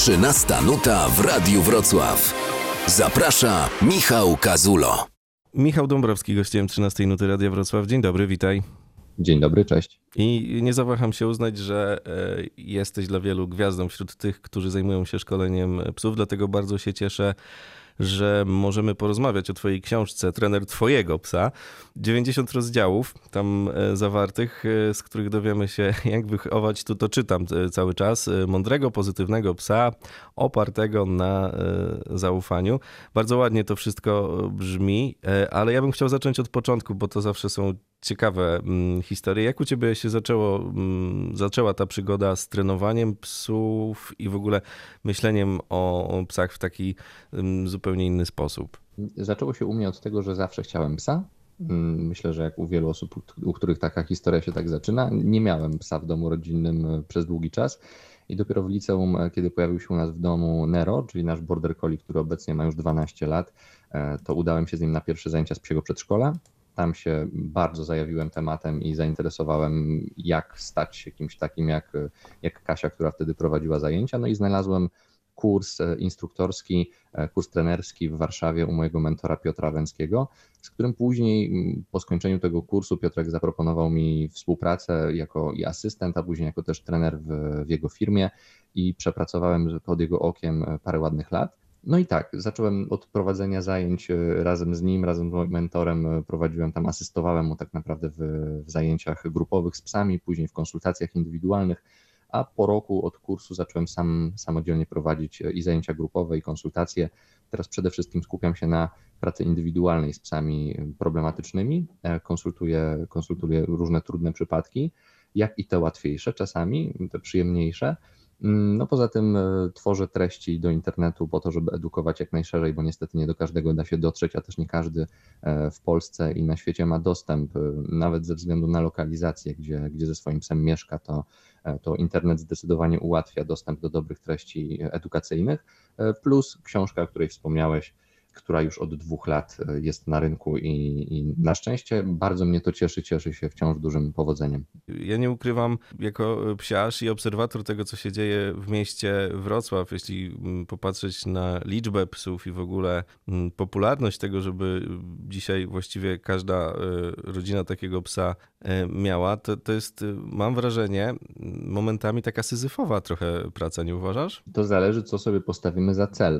13 nuta w Radiu Wrocław. Zaprasza Michał Kazulo. Michał Dąbrowski, gościem 13 nuty Radia Wrocław. Dzień dobry, witaj. Dzień dobry, cześć. I nie zawaham się uznać, że jesteś dla wielu gwiazdą wśród tych, którzy zajmują się szkoleniem psów, dlatego bardzo się cieszę, że możemy porozmawiać o twojej książce Trener twojego psa. 90 rozdziałów tam zawartych, z których dowiemy się, jak wychować, tu to czytam cały czas, mądrego, pozytywnego psa, opartego na zaufaniu. Bardzo ładnie to wszystko brzmi, ale ja bym chciał zacząć od początku, bo to zawsze są ciekawe historie. Jak u ciebie się zaczęła ta przygoda z trenowaniem psów i w ogóle myśleniem o psach w taki zupełnie inny sposób? Zaczęło się u mnie od tego, że zawsze chciałem psa. Myślę, że jak u wielu osób, u których taka historia się tak zaczyna. Nie miałem psa w domu rodzinnym przez długi czas i dopiero w liceum, kiedy pojawił się u nas w domu Nero, czyli nasz border collie, który obecnie ma już 12 lat, to udałem się z nim na pierwsze zajęcia z psiego przedszkola. Tam się bardzo zajawiłem tematem i zainteresowałem, jak stać się kimś takim jak Kasia, która wtedy prowadziła zajęcia. No i znalazłem kurs instruktorski, kurs trenerski w Warszawie u mojego mentora Piotra Węckiego, z którym później po skończeniu tego kursu Piotrek zaproponował mi współpracę jako i asystent, a później jako też trener w jego firmie i przepracowałem pod jego okiem parę ładnych lat. No i tak, zacząłem od prowadzenia zajęć razem z nim, razem z moim mentorem, prowadziłem tam, asystowałem mu tak naprawdę w zajęciach grupowych z psami, później w konsultacjach indywidualnych, a po roku od kursu zacząłem samodzielnie prowadzić i zajęcia grupowe, i konsultacje. Teraz przede wszystkim skupiam się na pracy indywidualnej z psami problematycznymi, konsultuję różne trudne przypadki, jak i te łatwiejsze czasami, te przyjemniejsze. No poza tym tworzę treści do internetu po to, żeby edukować jak najszerzej, bo niestety nie do każdego da się dotrzeć, a też nie każdy w Polsce i na świecie ma dostęp, nawet ze względu na lokalizację, gdzie ze swoim psem mieszka, to internet zdecydowanie ułatwia dostęp do dobrych treści edukacyjnych, plus książka, o której wspomniałeś, która już od 2 lat jest na rynku i na szczęście bardzo mnie to cieszy się wciąż dużym powodzeniem. Ja nie ukrywam, jako psiarz i obserwator tego, co się dzieje w mieście Wrocław, jeśli popatrzeć na liczbę psów i w ogóle popularność tego, żeby dzisiaj właściwie każda rodzina takiego psa miała, to jest, mam wrażenie, momentami taka syzyfowa trochę praca, nie uważasz? To zależy, co sobie postawimy za cel,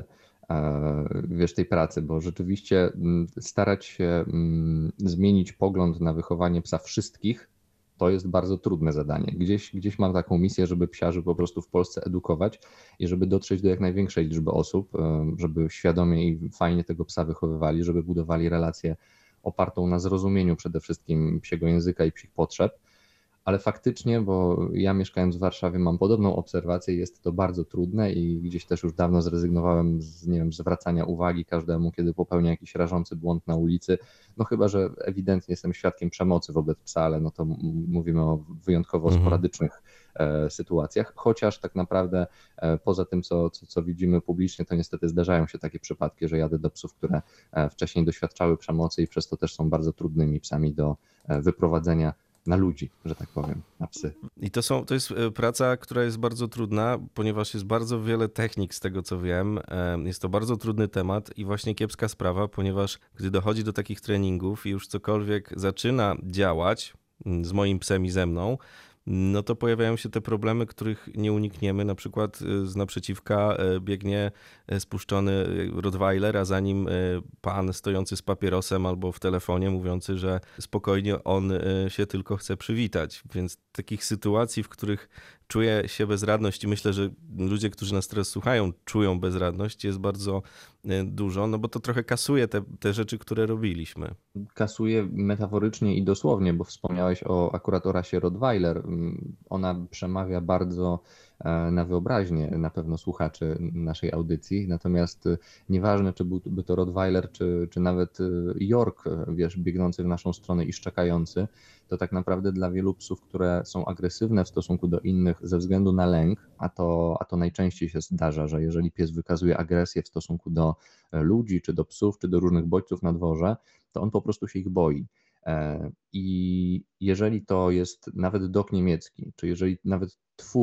wiesz, tej pracy, bo rzeczywiście starać się zmienić pogląd na wychowanie psa wszystkich, to jest bardzo trudne zadanie. Gdzieś mam taką misję, żeby psiarzy po prostu w Polsce edukować i żeby dotrzeć do jak największej liczby osób, żeby świadomie i fajnie tego psa wychowywali, żeby budowali relację opartą na zrozumieniu przede wszystkim psiego języka i psich potrzeb. Ale faktycznie, bo ja mieszkając w Warszawie mam podobną obserwację, jest to bardzo trudne i gdzieś też już dawno zrezygnowałem z, nie wiem, zwracania uwagi każdemu, kiedy popełnia jakiś rażący błąd na ulicy. No chyba, że ewidentnie jestem świadkiem przemocy wobec psa, ale no to mówimy o wyjątkowo sporadycznych sytuacjach, chociaż tak naprawdę poza tym, co widzimy publicznie, to niestety zdarzają się takie przypadki, że jadę do psów, które wcześniej doświadczały przemocy i przez to też są bardzo trudnymi psami do wyprowadzenia na ludzi, że tak powiem, na psy. I to jest praca, która jest bardzo trudna, ponieważ jest bardzo wiele technik z tego, co wiem. Jest to bardzo trudny temat i właśnie kiepska sprawa, ponieważ gdy dochodzi do takich treningów i już cokolwiek zaczyna działać z moim psem i ze mną, no to pojawiają się te problemy, których nie unikniemy. Na przykład z naprzeciwka biegnie spuszczony Rottweiler, a za nim pan stojący z papierosem albo w telefonie mówiący, że spokojnie on się tylko chce przywitać. Więc takich sytuacji, w których czuję się bezradność i myślę, że ludzie, którzy nas teraz słuchają, czują bezradność, jest bardzo dużo, no bo to trochę kasuje te rzeczy, które robiliśmy. Kasuje metaforycznie i dosłownie, bo wspomniałeś akurat o rasie Rottweiler. Ona przemawia bardzo na wyobraźnię na pewno słuchaczy naszej audycji, natomiast nieważne, czy byłby to Rottweiler, czy nawet York, wiesz, biegnący w naszą stronę i szczekający, to tak naprawdę dla wielu psów, które są agresywne w stosunku do innych ze względu na lęk, a to najczęściej się zdarza, że jeżeli pies wykazuje agresję w stosunku do ludzi, czy do psów, czy do różnych bodźców na dworze, to on po prostu się ich boi. I jeżeli to jest nawet dog niemiecki, czy jeżeli nawet twój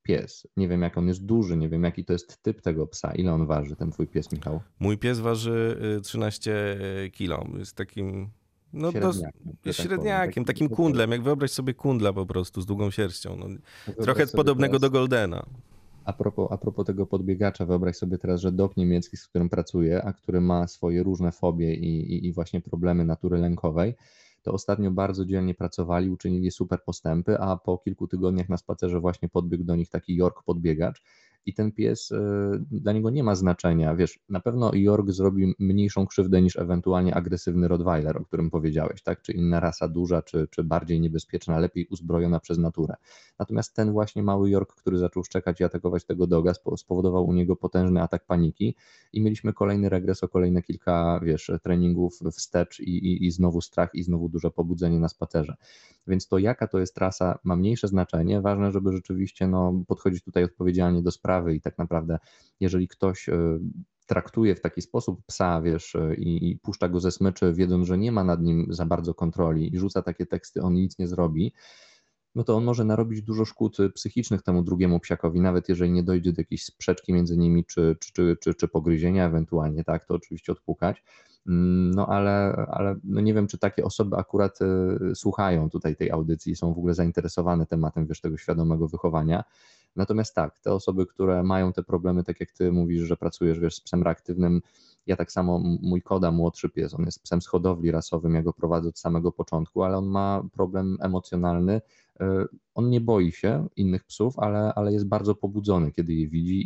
pies. Nie wiem, jak on jest duży, nie wiem, jaki to jest typ tego psa. Ile on waży, ten twój pies, Michał? Mój pies waży 13 kilo. Jest takim, no Średniakiem, że tak średniakiem, powiem. takim kundlem. Jak wyobraź sobie kundla po prostu z długą sierścią. No, Wyobraź trochę sobie podobnego teraz, do Goldena. a propos tego podbiegacza, wyobraź sobie teraz, że dog niemiecki, z którym pracuję, a który ma swoje różne fobie i właśnie problemy natury lękowej, to ostatnio bardzo dzielnie pracowali, uczynili super postępy, a po kilku tygodniach na spacerze właśnie podbiegł do nich taki York podbiegacz i ten pies, dla niego nie ma znaczenia, wiesz, na pewno York zrobi mniejszą krzywdę niż ewentualnie agresywny Rottweiler, o którym powiedziałeś, tak, czy inna rasa duża, czy bardziej niebezpieczna, lepiej uzbrojona przez naturę. Natomiast ten właśnie mały York, który zaczął szczekać i atakować tego doga, spowodował u niego potężny atak paniki i mieliśmy kolejny regres o kolejne kilka, wiesz, treningów wstecz i znowu strach i znowu duże pobudzenie na spacerze. Więc to jaka to jest trasa ma mniejsze znaczenie, ważne, żeby rzeczywiście podchodzić tutaj odpowiedzialnie do sprawy i tak naprawdę jeżeli ktoś traktuje w taki sposób psa, wiesz, i puszcza go ze smyczy, wiedząc, że nie ma nad nim za bardzo kontroli i rzuca takie teksty, on nic nie zrobi, no to on może narobić dużo szkód psychicznych temu drugiemu psiakowi, nawet jeżeli nie dojdzie do jakiejś sprzeczki między nimi, czy pogryzienia ewentualnie, tak, to oczywiście odpukać. No ale no nie wiem, czy takie osoby akurat słuchają tutaj tej audycji i są w ogóle zainteresowane tematem, wiesz, tego świadomego wychowania. Natomiast tak, te osoby, które mają te problemy, tak jak ty mówisz, że pracujesz, wiesz, z psem reaktywnym, ja tak samo, mój Koda, młodszy pies, on jest psem z hodowli rasowym, ja go prowadzę od samego początku, ale on ma problem emocjonalny. On nie boi się innych psów, ale jest bardzo pobudzony, kiedy je widzi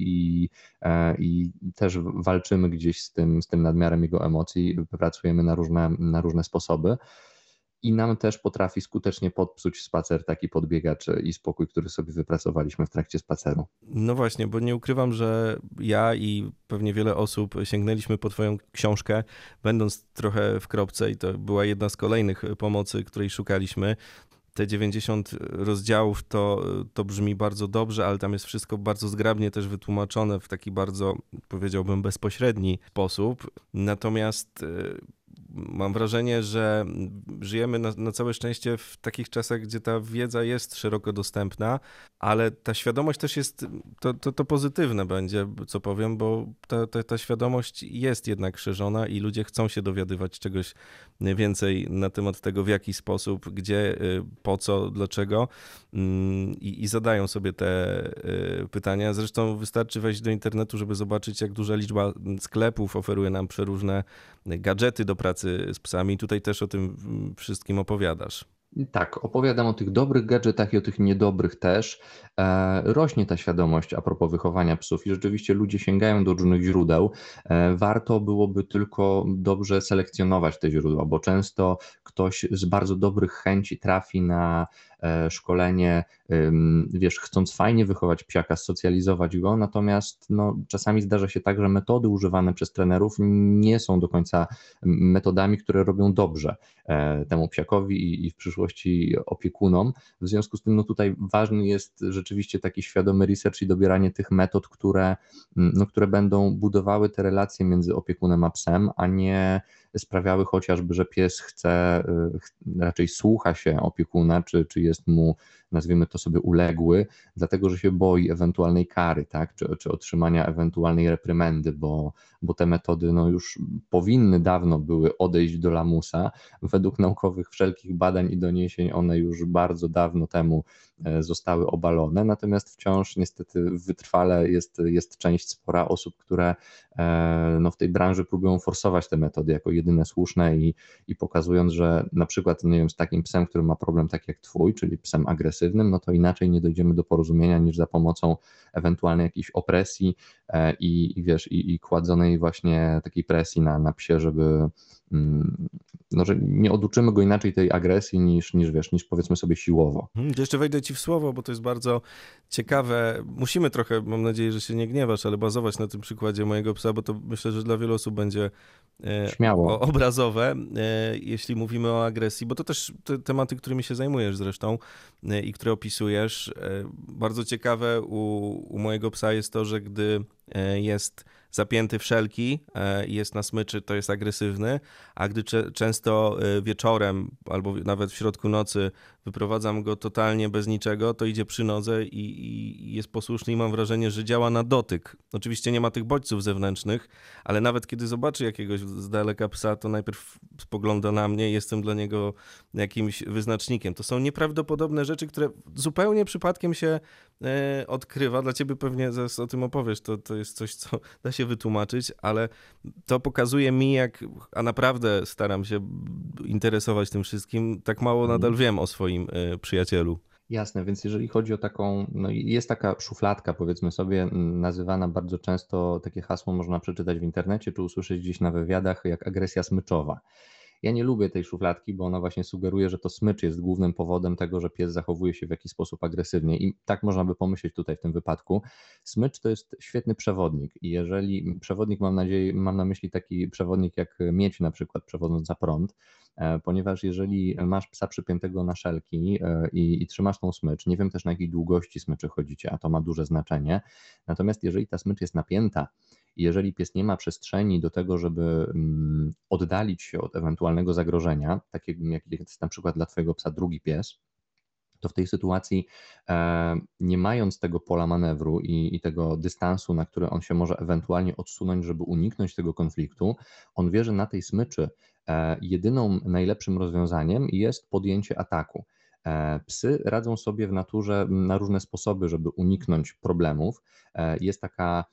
i też walczymy gdzieś z tym nadmiarem jego emocji, pracujemy na różne sposoby. I nam też potrafi skutecznie podpsuć spacer taki podbiegacz i spokój, który sobie wypracowaliśmy w trakcie spaceru. No właśnie, bo nie ukrywam, że ja i pewnie wiele osób sięgnęliśmy po twoją książkę, będąc trochę w kropce i to była jedna z kolejnych pomocy, której szukaliśmy. Te 90 rozdziałów to brzmi bardzo dobrze, ale tam jest wszystko bardzo zgrabnie też wytłumaczone w taki bardzo, powiedziałbym, bezpośredni sposób. Natomiast mam wrażenie, że żyjemy na całe szczęście w takich czasach, gdzie ta wiedza jest szeroko dostępna, ale ta świadomość też jest, to pozytywne będzie, co powiem, bo ta świadomość jest jednak szerzona i ludzie chcą się dowiadywać czegoś więcej na temat tego, w jaki sposób, gdzie, po co, dlaczego i zadają sobie te pytania. Zresztą wystarczy wejść do internetu, żeby zobaczyć, jak duża liczba sklepów oferuje nam przeróżne gadżety do pracy z psami. Tutaj też o tym wszystkim opowiadasz. Tak, opowiadam o tych dobrych gadżetach i o tych niedobrych też. Rośnie ta świadomość a propos wychowania psów i rzeczywiście ludzie sięgają do różnych źródeł. Warto byłoby tylko dobrze selekcjonować te źródła, bo często ktoś z bardzo dobrych chęci trafi na szkolenie, wiesz, chcąc fajnie wychować psiaka, socjalizować go, natomiast czasami zdarza się tak, że metody używane przez trenerów nie są do końca metodami, które robią dobrze temu psiakowi i w przyszłości opiekunom. W związku z tym tutaj ważny jest rzeczywiście taki świadomy research i dobieranie tych metod, które będą budowały te relacje między opiekunem a psem, a nie sprawiały chociażby, że pies raczej słucha się opiekuna, czy jest mu, nazwijmy to sobie, uległy, dlatego że się boi ewentualnej kary, tak, czy otrzymania ewentualnej reprymendy, bo te metody już powinny dawno były odejść do lamusa. Według naukowych wszelkich badań i doniesień one już bardzo dawno temu zostały obalone, natomiast wciąż niestety wytrwale jest część spora osób, które w tej branży próbują forsować te metody jako jedyne słuszne i pokazując, że na przykład, nie wiem, z takim psem, który ma problem tak jak twój, czyli psem agresywnym, to inaczej nie dojdziemy do porozumienia niż za pomocą ewentualnej jakiejś opresji i kładzonej właśnie takiej presji na psie, żeby że nie oduczymy go inaczej tej agresji niż powiedzmy sobie siłowo. Jeszcze wejdę ci w słowo, bo to jest bardzo ciekawe. Musimy trochę, mam nadzieję, że się nie gniewasz, ale bazować na tym przykładzie mojego psa, bo to myślę, że dla wielu osób będzie śmiało obrazowe, jeśli mówimy o agresji, bo to też te tematy, którymi się zajmujesz zresztą i które opisujesz. Bardzo ciekawe u mojego psa jest to, że gdy jest zapięty wszelki i jest na smyczy, to jest agresywny, a gdy często wieczorem albo nawet w środku nocy wyprowadzam go totalnie bez niczego, to idzie przy nodze i jest posłuszny i mam wrażenie, że działa na dotyk. Oczywiście nie ma tych bodźców zewnętrznych, ale nawet kiedy zobaczy jakiegoś z daleka psa, to najpierw spogląda na mnie i jestem dla niego jakimś wyznacznikiem. To są nieprawdopodobne rzeczy, które zupełnie przypadkiem się odkrywa. Dla ciebie pewnie zaraz o tym opowiesz, to jest coś, co da się wytłumaczyć, ale to pokazuje mi, a naprawdę staram się interesować tym wszystkim, tak mało nadal wiem o swoim przyjacielu. Jasne, więc jeżeli chodzi o taką, no jest taka szufladka, powiedzmy sobie, nazywana bardzo często, takie hasło można przeczytać w internecie, czy usłyszeć gdzieś na wywiadach, jak agresja smyczowa. Ja nie lubię tej szufladki, bo ona właśnie sugeruje, że to smycz jest głównym powodem tego, że pies zachowuje się w jakiś sposób agresywnie i tak można by pomyśleć tutaj w tym wypadku. Smycz to jest świetny przewodnik i jeżeli przewodnik, mam na myśli taki przewodnik jak miedź na przykład przewodząc za prąd, ponieważ jeżeli masz psa przypiętego na szelki i trzymasz tą smycz, nie wiem też na jakiej długości smyczy chodzicie, a to ma duże znaczenie, natomiast jeżeli ta smycz jest napięta, i jeżeli pies nie ma przestrzeni do tego, żeby oddalić się od ewentualnego zagrożenia, takiego jak jest na przykład dla twojego psa drugi pies, to w tej sytuacji nie mając tego pola manewru i tego dystansu, na który on się może ewentualnie odsunąć, żeby uniknąć tego konfliktu, on wie, że na tej smyczy jedyną najlepszym rozwiązaniem jest podjęcie ataku. Psy radzą sobie w naturze na różne sposoby, żeby uniknąć problemów. Jest taka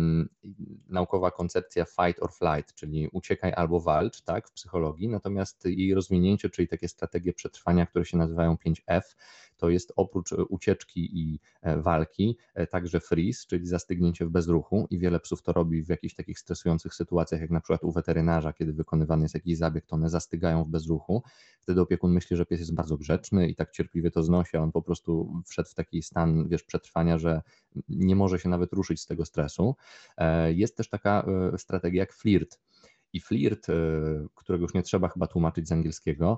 naukowa koncepcja fight or flight, czyli uciekaj albo walcz, tak, w psychologii, natomiast jej rozwinięcie, czyli takie strategie przetrwania, które się nazywają 5F, to jest oprócz ucieczki i walki, także freeze, czyli zastygnięcie w bezruchu i wiele psów to robi w jakichś takich stresujących sytuacjach, jak na przykład u weterynarza, kiedy wykonywany jest jakiś zabieg, to one zastygają w bezruchu, wtedy opiekun myśli, że pies jest bardzo grzeczny i tak cierpliwie to znosi, a on po prostu wszedł w taki stan, przetrwania, że nie może się nawet ruszyć z tego stresu. Jest też taka strategia jak flirt. I flirt, którego już nie trzeba chyba tłumaczyć z angielskiego,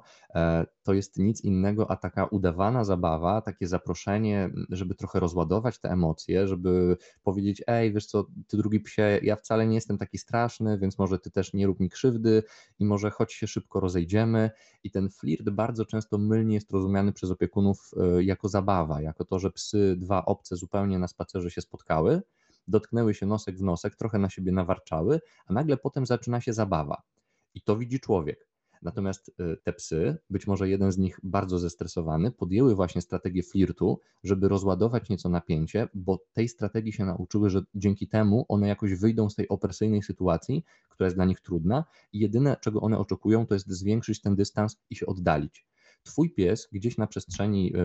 to jest nic innego, a taka udawana zabawa, takie zaproszenie, żeby trochę rozładować te emocje, żeby powiedzieć, ej, wiesz co, ty drugi psie, ja wcale nie jestem taki straszny, więc może ty też nie rób mi krzywdy i może choć się szybko rozejdziemy. I ten flirt bardzo często mylnie jest rozumiany przez opiekunów jako zabawa, jako to, że psy, dwa obce zupełnie na spacerze się spotkały, dotknęły się nosek w nosek, trochę na siebie nawarczały, a nagle potem zaczyna się zabawa. I to widzi człowiek. Natomiast te psy, być może jeden z nich bardzo zestresowany, podjęły właśnie strategię flirtu, żeby rozładować nieco napięcie, bo tej strategii się nauczyły, że dzięki temu one jakoś wyjdą z tej opresyjnej sytuacji, która jest dla nich trudna i jedyne, czego one oczekują, to jest zwiększyć ten dystans i się oddalić. Twój pies gdzieś na przestrzeni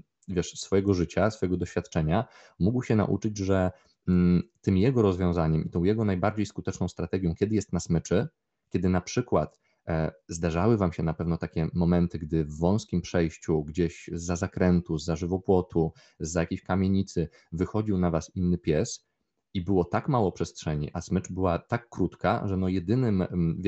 swojego życia, swojego doświadczenia mógł się nauczyć, że tym jego rozwiązaniem i tą jego najbardziej skuteczną strategią, kiedy jest na smyczy, kiedy na przykład zdarzały wam się na pewno takie momenty, gdy w wąskim przejściu, gdzieś zza zakrętu, zza żywopłotu, zza jakiejś kamienicy wychodził na was inny pies i było tak mało przestrzeni, a smycz była tak krótka, że no jedynym,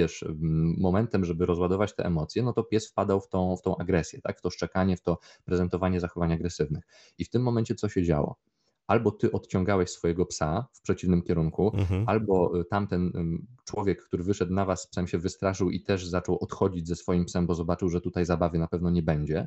momentem, żeby rozładować te emocje, no to pies wpadał w tą agresję, tak? W to szczekanie, w to prezentowanie zachowań agresywnych. I w tym momencie co się działo? Albo ty odciągałeś swojego psa w przeciwnym kierunku, albo tamten człowiek, który wyszedł na was z psem, się wystraszył i też zaczął odchodzić ze swoim psem, bo zobaczył, że tutaj zabawy na pewno nie będzie,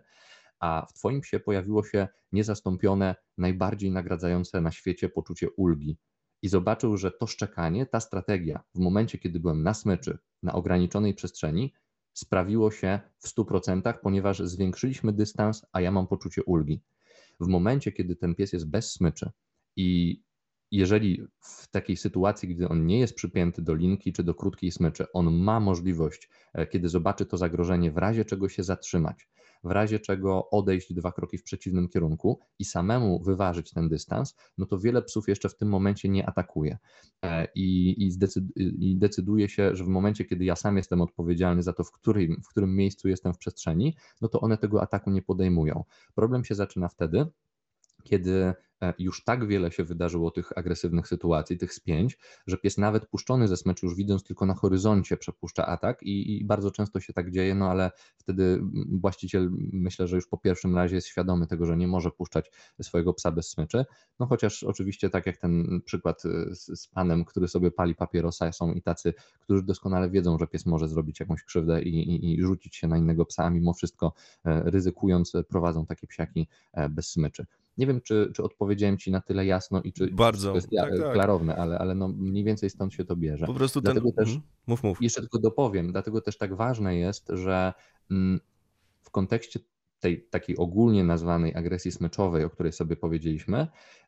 a w twoim psie pojawiło się niezastąpione, najbardziej nagradzające na świecie poczucie ulgi. I zobaczył, że to szczekanie, ta strategia w momencie, kiedy byłem na smyczy, na ograniczonej przestrzeni, sprawiło się w 100%, ponieważ zwiększyliśmy dystans, a ja mam poczucie ulgi. W momencie, kiedy ten pies jest bez smyczy i jeżeli w takiej sytuacji, gdy on nie jest przypięty do linki czy do krótkiej smyczy, on ma możliwość, kiedy zobaczy to zagrożenie, w razie czego się zatrzymać, w razie czego odejść 2 kroki w przeciwnym kierunku i samemu wyważyć ten dystans, no to wiele psów jeszcze w tym momencie nie atakuje. I decyduje się, że w momencie, kiedy ja sam jestem odpowiedzialny za to, w którym miejscu jestem w przestrzeni, no to one tego ataku nie podejmują. Problem się zaczyna wtedy, kiedy już tak wiele się wydarzyło tych agresywnych sytuacji, tych spięć, że pies nawet puszczony ze smyczy, już widząc tylko na horyzoncie, przepuszcza atak i bardzo często się tak dzieje, no ale wtedy właściciel, myślę, że już po pierwszym razie jest świadomy tego, że nie może puszczać swojego psa bez smyczy, no chociaż oczywiście tak jak ten przykład z panem, który sobie pali papierosa, są i tacy, którzy doskonale wiedzą, że pies może zrobić jakąś krzywdę i rzucić się na innego psa, a mimo wszystko ryzykując prowadzą takie psiaki bez smyczy. Nie wiem, czy odpowiedziałem Ci na tyle jasno i czy Bardzo, to jest tak. klarowne, ale no mniej więcej stąd się to bierze. Po prostu Dlatego też, Mów. jeszcze tylko dopowiem, dlatego też tak ważne jest, że w kontekście tej takiej ogólnie nazwanej agresji smyczowej, o której sobie powiedzieliśmy,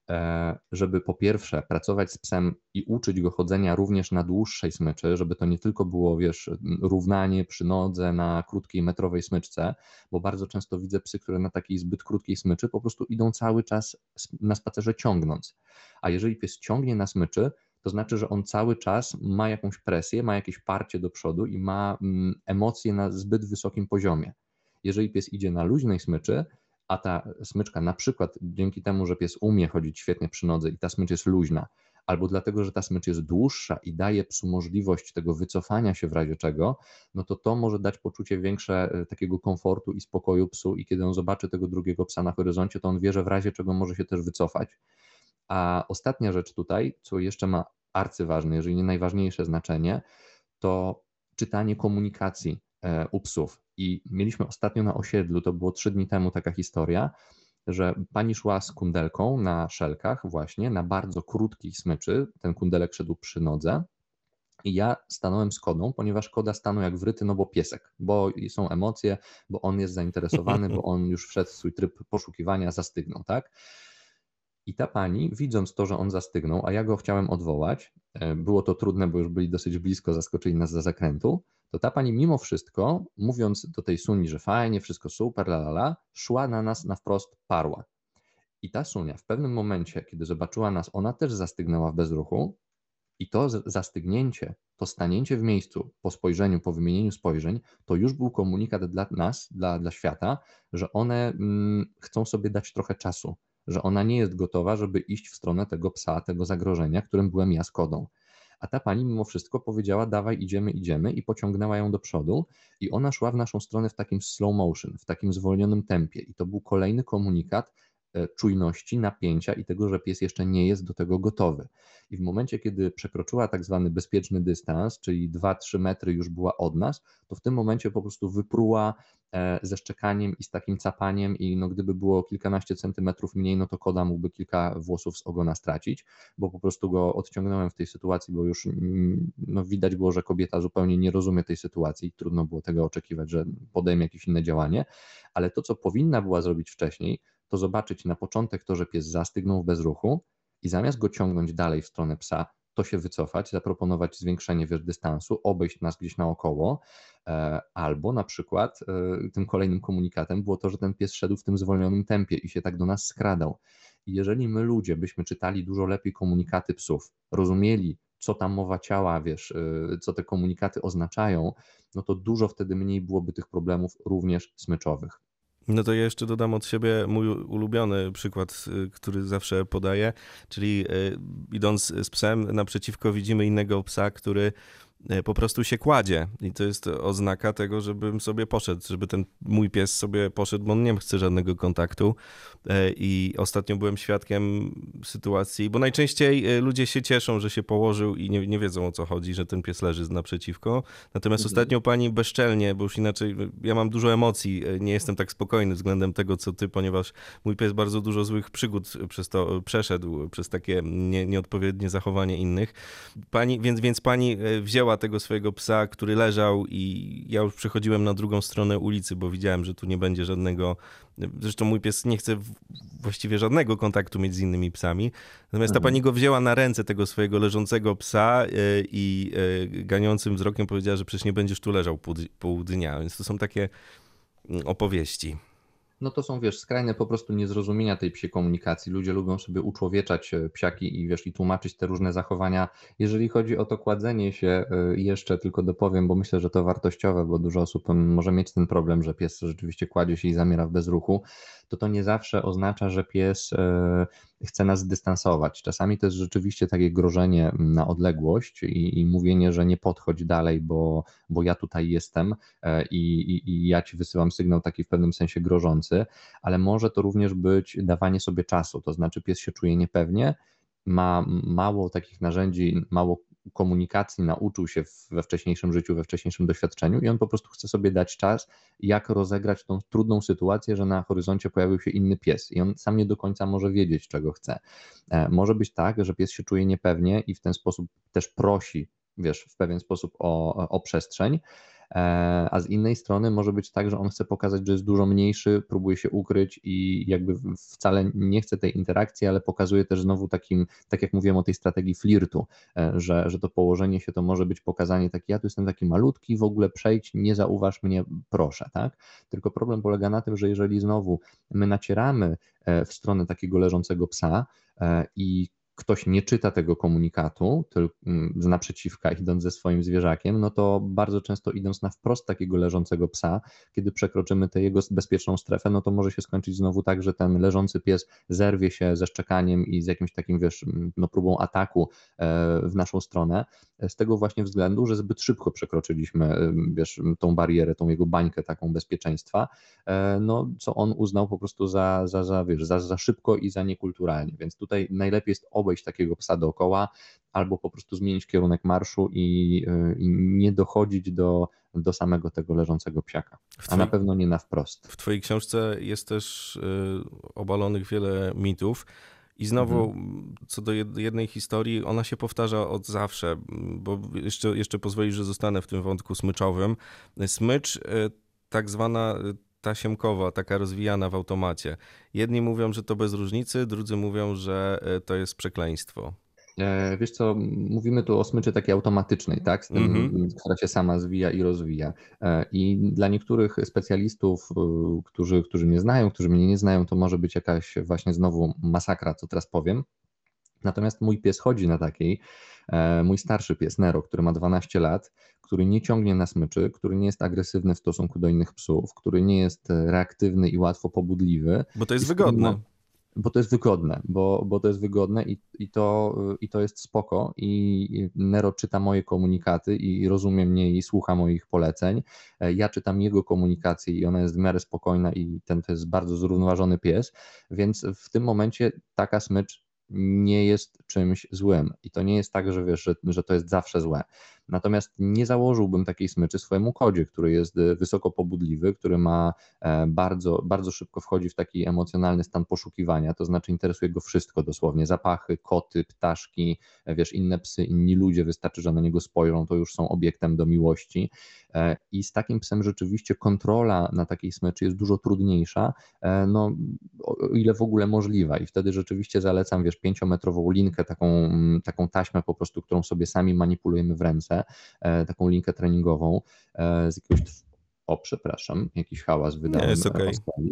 żeby po pierwsze pracować z psem i uczyć go chodzenia również na dłuższej smyczy, żeby to nie tylko było, równanie przy nodze na krótkiej metrowej smyczce, bo bardzo często widzę psy, które na takiej zbyt krótkiej smyczy po prostu idą cały czas na spacerze ciągnąc. A jeżeli pies ciągnie na smyczy, to znaczy, że on cały czas ma jakąś presję, ma jakieś parcie do przodu i ma emocje na zbyt wysokim poziomie. Jeżeli pies idzie na luźnej smyczy, a ta smyczka na przykład dzięki temu, że pies umie chodzić świetnie przy nodze i ta smycz jest luźna, albo dlatego, że ta smycz jest dłuższa i daje psu możliwość tego wycofania się w razie czego, no to może dać poczucie większe takiego komfortu i spokoju psu i kiedy on zobaczy tego drugiego psa na horyzoncie, to on wie, że w razie czego może się też wycofać. A ostatnia rzecz tutaj, co jeszcze ma arcyważne, jeżeli nie najważniejsze znaczenie, to czytanie komunikacji u psów. I mieliśmy ostatnio na osiedlu, to było 3 dni temu taka historia, że pani szła z kundelką na szelkach właśnie, na bardzo krótkiej smyczy, ten kundelek szedł przy nodze i ja stanąłem z Kodą, ponieważ Koda stanął jak wryty, no bo piesek, bo są emocje, bo on jest zainteresowany, bo on już wszedł w swój tryb poszukiwania, zastygnął, tak? I ta pani, widząc to, że on zastygnął, a ja go chciałem odwołać, było to trudne, bo już byli dosyć blisko, zaskoczyli nas za zakrętu, to ta pani mimo wszystko, mówiąc do tej Suni, że fajnie, wszystko super, szła na nas na wprost, parła. I ta Sunia w pewnym momencie, kiedy zobaczyła nas, ona też zastygnęła w bezruchu i to zastygnięcie, to stanięcie w miejscu po spojrzeniu, po wymienieniu spojrzeń, to już był komunikat dla nas, dla świata, że one chcą sobie dać trochę czasu, że ona nie jest gotowa, żeby iść w stronę tego psa, tego zagrożenia, którym byłem ja z Kodą. A ta pani mimo wszystko powiedziała, dawaj, idziemy i pociągnęła ją do przodu i ona szła w naszą stronę w takim slow motion, w takim zwolnionym tempie i to był kolejny komunikat czujności, napięcia i tego, że pies jeszcze nie jest do tego gotowy. I w momencie, kiedy przekroczyła tak zwany bezpieczny dystans, czyli 2-3 metry już była od nas, to w tym momencie po prostu wypruła ze szczekaniem i z takim capaniem i no gdyby było kilkanaście centymetrów mniej, no to Koda mógłby kilka włosów z ogona stracić, bo po prostu go odciągnąłem w tej sytuacji, bo już no, widać było, że kobieta zupełnie nie rozumie tej sytuacji, trudno było tego oczekiwać, że podejmie jakieś inne działanie, ale to, co powinna była zrobić wcześniej, to zobaczyć na początek to, że pies zastygnął w bezruchu i zamiast go ciągnąć dalej w stronę psa, to się wycofać, zaproponować zwiększenie dystansu, obejść nas gdzieś naokoło, albo na przykład tym kolejnym komunikatem było to, że ten pies szedł w tym zwolnionym tempie i się tak do nas skradał. I jeżeli my ludzie byśmy czytali dużo lepiej komunikaty psów, rozumieli, co ta mowa ciała, co te komunikaty oznaczają, no to dużo wtedy mniej byłoby tych problemów również smyczowych. No to ja jeszcze dodam od siebie mój ulubiony przykład, który zawsze podaję, czyli idąc z psem naprzeciwko widzimy innego psa, który po prostu się kładzie i to jest oznaka tego, żebym sobie poszedł, żeby ten mój pies sobie poszedł, bo on nie chce żadnego kontaktu i ostatnio byłem świadkiem sytuacji, bo najczęściej ludzie się cieszą, że się położył i nie wiedzą o co chodzi, że ten pies leży naprzeciwko, natomiast ostatnio pani bezczelnie, bo już inaczej ja mam dużo emocji, nie jestem tak spokojny względem tego co ty, ponieważ mój pies bardzo dużo złych przygód przez to przeszedł, przez takie nieodpowiednie zachowanie innych. Więc pani wzięła tego swojego psa, który leżał i ja już przechodziłem na drugą stronę ulicy, bo widziałem, że tu nie będzie żadnego, zresztą mój pies nie chce właściwie żadnego kontaktu mieć z innymi psami, natomiast ta pani go wzięła na ręce tego swojego leżącego psa i ganiącym wzrokiem powiedziała, że przecież nie będziesz tu leżał pół dnia, więc to są takie opowieści. No to są, skrajne po prostu niezrozumienia tej psiej komunikacji. Ludzie lubią sobie uczłowieczać psiaki i tłumaczyć te różne zachowania. Jeżeli chodzi o to kładzenie się, jeszcze tylko dopowiem, bo myślę, że to wartościowe, bo dużo osób może mieć ten problem, że pies rzeczywiście kładzie się i zamiera w bezruchu. to nie zawsze oznacza, że pies chce nas dystansować. Czasami to jest rzeczywiście takie grożenie na odległość i mówienie, że nie podchodź dalej, bo ja tutaj jestem i ja ci wysyłam sygnał taki w pewnym sensie grożący, ale może to również być dawanie sobie czasu, to znaczy pies się czuje niepewnie, ma mało takich narzędzi, mało komunikacji, nauczył się we wcześniejszym życiu, we wcześniejszym doświadczeniu i on po prostu chce sobie dać czas, jak rozegrać tą trudną sytuację, że na horyzoncie pojawił się inny pies i on sam nie do końca może wiedzieć, czego chce. Może być tak, że pies się czuje niepewnie i w ten sposób też prosi, wiesz, w pewien sposób o przestrzeń, a z innej strony może być tak, że on chce pokazać, że jest dużo mniejszy, próbuje się ukryć i jakby wcale nie chce tej interakcji, ale pokazuje też znowu takim, tak jak mówiłem o tej strategii flirtu, że to położenie się to może być pokazanie takie, ja tu jestem taki malutki, w ogóle przejdź, nie zauważ mnie, proszę, tak? Tylko problem polega na tym, że jeżeli znowu my nacieramy w stronę takiego leżącego psa i ktoś nie czyta tego komunikatu z naprzeciwka, idąc ze swoim zwierzakiem, no to bardzo często idąc na wprost takiego leżącego psa, kiedy przekroczymy tę jego bezpieczną strefę, no to może się skończyć znowu tak, że ten leżący pies zerwie się ze szczekaniem i z jakimś takim, wiesz, no próbą ataku w naszą stronę, z tego właśnie względu, że zbyt szybko przekroczyliśmy, wiesz, tą barierę, tą jego bańkę taką bezpieczeństwa, no co on uznał po prostu za szybko i za niekulturalnie, więc tutaj najlepiej jest obejść takiego psa dookoła, albo po prostu zmienić kierunek marszu i nie dochodzić do samego tego leżącego psiaka, a na pewno nie na wprost. W twojej książce jest też obalonych wiele mitów i znowu co do jednej historii, ona się powtarza od zawsze, bo jeszcze pozwolisz, że zostanę w tym wątku smyczowym. Smycz, tak zwana tasiemkowa, taka rozwijana w automacie. Jedni mówią, że to bez różnicy, drudzy mówią, że to jest przekleństwo. Wiesz co, mówimy tu o smyczy takiej automatycznej, tak? Z tym, która się sama zwija i rozwija. I dla niektórych specjalistów, którzy mnie znają, którzy mnie nie znają, to może być jakaś właśnie znowu masakra, co teraz powiem. Natomiast mój pies chodzi na takiej, mój starszy pies Nero, który ma 12 lat, który nie ciągnie na smyczy, który nie jest agresywny w stosunku do innych psów, który nie jest reaktywny i łatwo pobudliwy. Bo to jest wygodne. Bo to jest wygodne, bo to jest wygodne i to jest spoko i Nero czyta moje komunikaty i rozumie mnie i słucha moich poleceń. Ja czytam jego komunikację i ona jest w miarę spokojna i to jest bardzo zrównoważony pies, więc w tym momencie taka smycz nie jest czymś złym i to nie jest tak, że wiesz, że to jest zawsze złe. Natomiast nie założyłbym takiej smyczy swojemu kodzie, który jest wysoko pobudliwy, który ma bardzo, bardzo szybko wchodzi w taki emocjonalny stan poszukiwania, to znaczy interesuje go wszystko dosłownie, zapachy, koty, ptaszki, wiesz, inne psy, inni ludzie, wystarczy, że na niego spojrzą, to już są obiektem do miłości i z takim psem rzeczywiście kontrola na takiej smyczy jest dużo trudniejsza, no o ile w ogóle możliwa i wtedy rzeczywiście zalecam, wiesz, 5-metrową linkę, taką taśmę po prostu, którą sobie sami manipulujemy w ręce, taką linkę treningową z jakiegoś, przepraszam, jakiś hałas wydałem. Jest okej.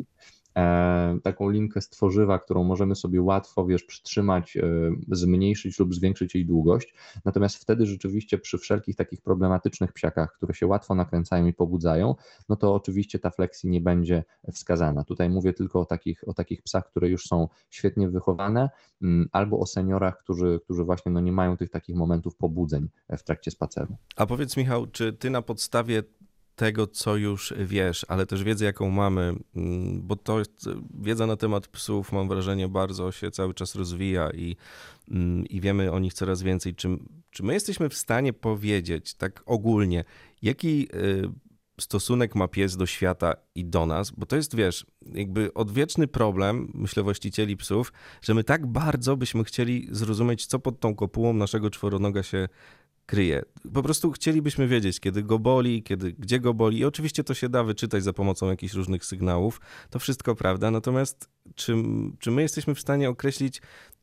Taką linkę z tworzywa, którą możemy sobie łatwo, wiesz, przytrzymać, zmniejszyć lub zwiększyć jej długość. Natomiast wtedy rzeczywiście przy wszelkich takich problematycznych psiakach, które się łatwo nakręcają i pobudzają, no to oczywiście ta flexi nie będzie wskazana. Tutaj mówię tylko o takich psach, które już są świetnie wychowane, albo o seniorach, którzy właśnie no nie mają tych takich momentów pobudzeń w trakcie spaceru. A powiedz, Michał, czy ty na podstawie tego, co już wiesz, ale też wiedzę, jaką mamy, bo to wiedza na temat psów, mam wrażenie, bardzo się cały czas rozwija i wiemy o nich coraz więcej. Czy my jesteśmy w stanie powiedzieć tak ogólnie, jaki stosunek ma pies do świata i do nas? Bo to jest, wiesz, jakby odwieczny problem, myślę, właścicieli psów, że my tak bardzo byśmy chcieli zrozumieć, co pod tą kopułą naszego czworonoga się kryje. Po prostu chcielibyśmy wiedzieć, kiedy go boli, gdzie go boli i oczywiście to się da wyczytać za pomocą jakichś różnych sygnałów, to wszystko prawda, natomiast czy my jesteśmy w stanie określić,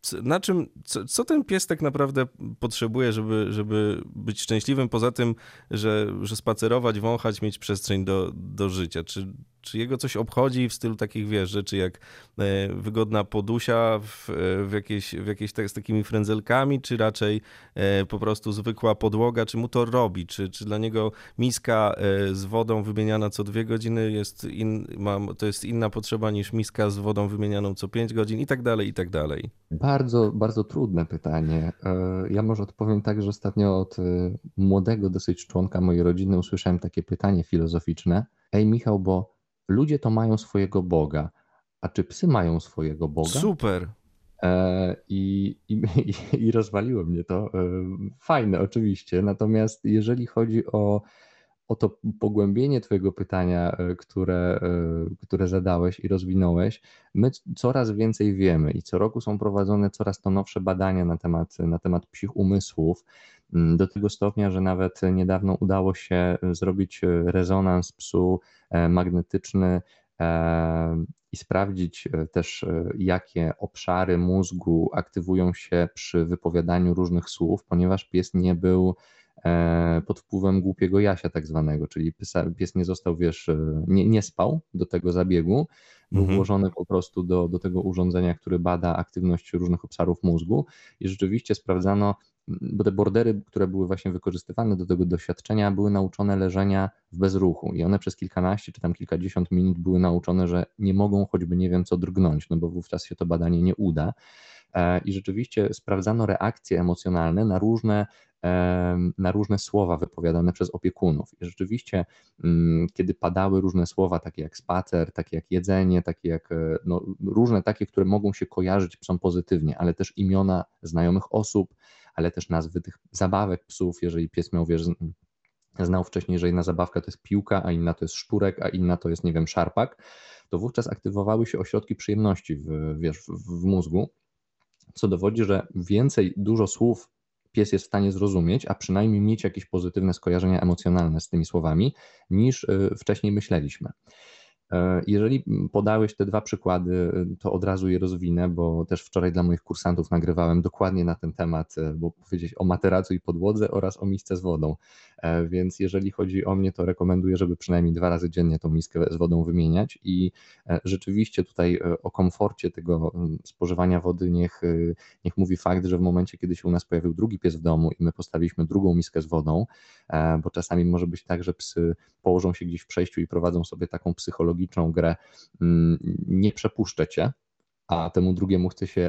co ten pies tak naprawdę potrzebuje, żeby być szczęśliwym, poza tym, że spacerować, wąchać, mieć przestrzeń do życia? czy jego coś obchodzi w stylu takich, wiesz, rzeczy jak wygodna podusia z takimi frędzelkami, czy raczej po prostu zwykła podłoga, czy mu to robi, czy dla niego miska z wodą wymieniana co 2 godziny to jest inna potrzeba niż miska z wodą wymienianą co 5 godzin i tak dalej, i tak dalej. Bardzo, bardzo trudne pytanie. Ja może odpowiem tak, że ostatnio od młodego dosyć członka mojej rodziny usłyszałem takie pytanie filozoficzne. Ej Michał, bo ludzie to mają swojego Boga, a czy psy mają swojego Boga? Super. I rozwaliło mnie to. Fajne oczywiście, natomiast jeżeli chodzi o to pogłębienie twojego pytania, które zadałeś i rozwinąłeś, my coraz więcej wiemy i co roku są prowadzone coraz to nowsze badania na temat psich umysłów, do tego stopnia, że nawet niedawno udało się zrobić rezonans psu magnetyczny i sprawdzić też, jakie obszary mózgu aktywują się przy wypowiadaniu różnych słów, ponieważ pies nie był pod wpływem głupiego Jasia tak zwanego, czyli pies nie został, nie spał do tego zabiegu, był włożony po prostu do tego urządzenia, które bada aktywność różnych obszarów mózgu i rzeczywiście sprawdzano, bo te bordery, które były właśnie wykorzystywane do tego doświadczenia, były nauczone leżenia w bezruchu i one przez kilkanaście czy tam kilkadziesiąt minut były nauczone, że nie mogą choćby nie wiem co drgnąć, no bo wówczas się to badanie nie uda. I rzeczywiście sprawdzano reakcje emocjonalne na różne słowa wypowiadane przez opiekunów. I rzeczywiście, kiedy padały różne słowa, takie jak spacer, takie jak jedzenie, takie jak różne takie, które mogą się kojarzyć psom pozytywnie, ale też imiona znajomych osób, ale też nazwy tych zabawek psów, jeżeli pies miał, znał wcześniej, że jedna zabawka to jest piłka, a inna to jest szturek, a inna to jest, nie wiem, szarpak, to wówczas aktywowały się ośrodki przyjemności w mózgu, co dowodzi, że dużo słów pies jest w stanie zrozumieć, a przynajmniej mieć jakieś pozytywne skojarzenia emocjonalne z tymi słowami, niż wcześniej myśleliśmy. Jeżeli podałeś te 2 przykłady, to od razu je rozwinę, bo też wczoraj dla moich kursantów nagrywałem dokładnie na ten temat, bo powiedzieć o materacu i podłodze oraz o misce z wodą. Więc jeżeli chodzi o mnie, to rekomenduję, żeby przynajmniej 2 razy dziennie tą miskę z wodą wymieniać i rzeczywiście tutaj o komforcie tego spożywania wody niech mówi fakt, że w momencie, kiedy się u nas pojawił drugi pies w domu i my postawiliśmy drugą miskę z wodą, bo czasami może być tak, że psy położą się gdzieś w przejściu i prowadzą sobie taką psychologiczną grę, nie przepuszczę cię, a temu drugiemu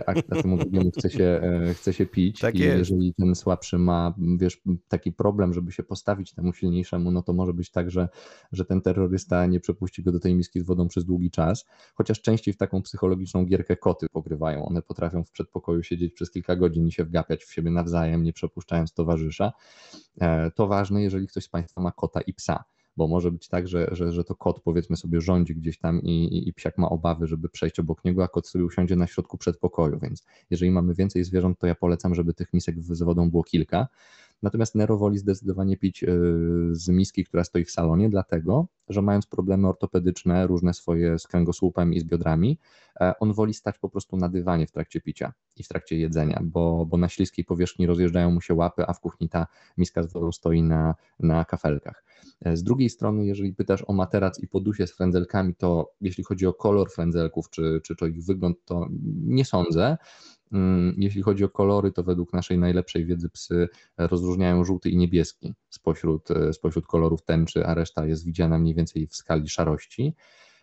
chce się pić Tak i jest. jeżeli ten słabszy ma, taki problem, żeby się postawić temu silniejszemu, no to może być tak, że ten terrorysta nie przepuści go do tej miski z wodą przez długi czas, chociaż częściej w taką psychologiczną gierkę koty pogrywają. One potrafią w przedpokoju siedzieć przez kilka godzin i się wgapiać w siebie nawzajem, nie przepuszczając towarzysza. To ważne, jeżeli ktoś z Państwa ma kota i psa, bo może być tak, że to kot, powiedzmy sobie, rządzi gdzieś tam i psiak ma obawy, żeby przejść obok niego, a kot sobie usiądzie na środku przedpokoju, więc jeżeli mamy więcej zwierząt, to ja polecam, żeby tych misek z wodą było kilka. Natomiast Nero woli zdecydowanie pić z miski, która stoi w salonie, dlatego, że mając problemy ortopedyczne, różne swoje z kręgosłupem i z biodrami, on woli stać po prostu na dywanie w trakcie picia i w trakcie jedzenia, bo na śliskiej powierzchni rozjeżdżają mu się łapy, a w kuchni ta miska z wodą stoi na kafelkach. Z drugiej strony, jeżeli pytasz o materac i podusie z frędzelkami, to jeśli chodzi o kolor frędzelków, czy to ich wygląd, to nie sądzę. Jeśli chodzi o kolory, to według naszej najlepszej wiedzy psy rozróżniają żółty i niebieski spośród kolorów tęczy, a reszta jest widziana mniej więcej w skali szarości.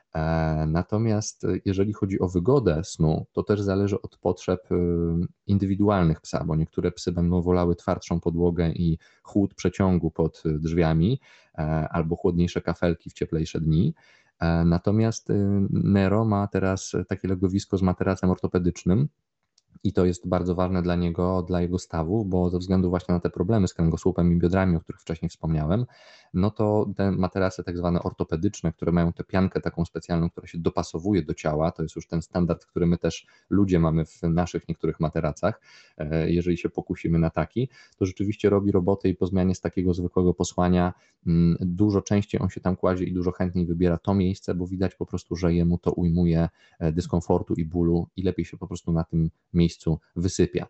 Natomiast jeżeli chodzi o wygodę snu, to też zależy od potrzeb indywidualnych psa, bo niektóre psy będą wolały twardszą podłogę i chłód przeciągu pod drzwiami albo chłodniejsze kafelki w cieplejsze dni. Natomiast Nero ma teraz takie legowisko z materacem ortopedycznym, i to jest bardzo ważne dla niego, dla jego stawów, bo ze względu właśnie na te problemy z kręgosłupem i biodrami, o których wcześniej wspomniałem, no to te materace tak zwane ortopedyczne, które mają tę piankę taką specjalną, która się dopasowuje do ciała, to jest już ten standard, który my też ludzie mamy w naszych niektórych materacach, jeżeli się pokusimy na taki, to rzeczywiście robi robotę i po zmianie z takiego zwykłego posłania dużo częściej on się tam kładzie i dużo chętniej wybiera to miejsce, bo widać po prostu, że jemu to ujmuje dyskomfortu i bólu i lepiej się po prostu na tym miejscu wysypia.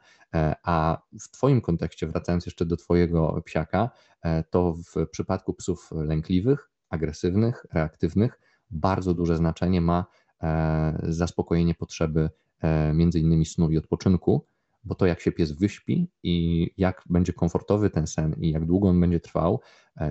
A w Twoim kontekście, wracając jeszcze do Twojego psiaka, to w przypadku psów lękliwych, agresywnych, reaktywnych, bardzo duże znaczenie ma zaspokojenie potrzeby między innymi snu i odpoczynku, bo to jak się pies wyśpi i jak będzie komfortowy ten sen i jak długo on będzie trwał,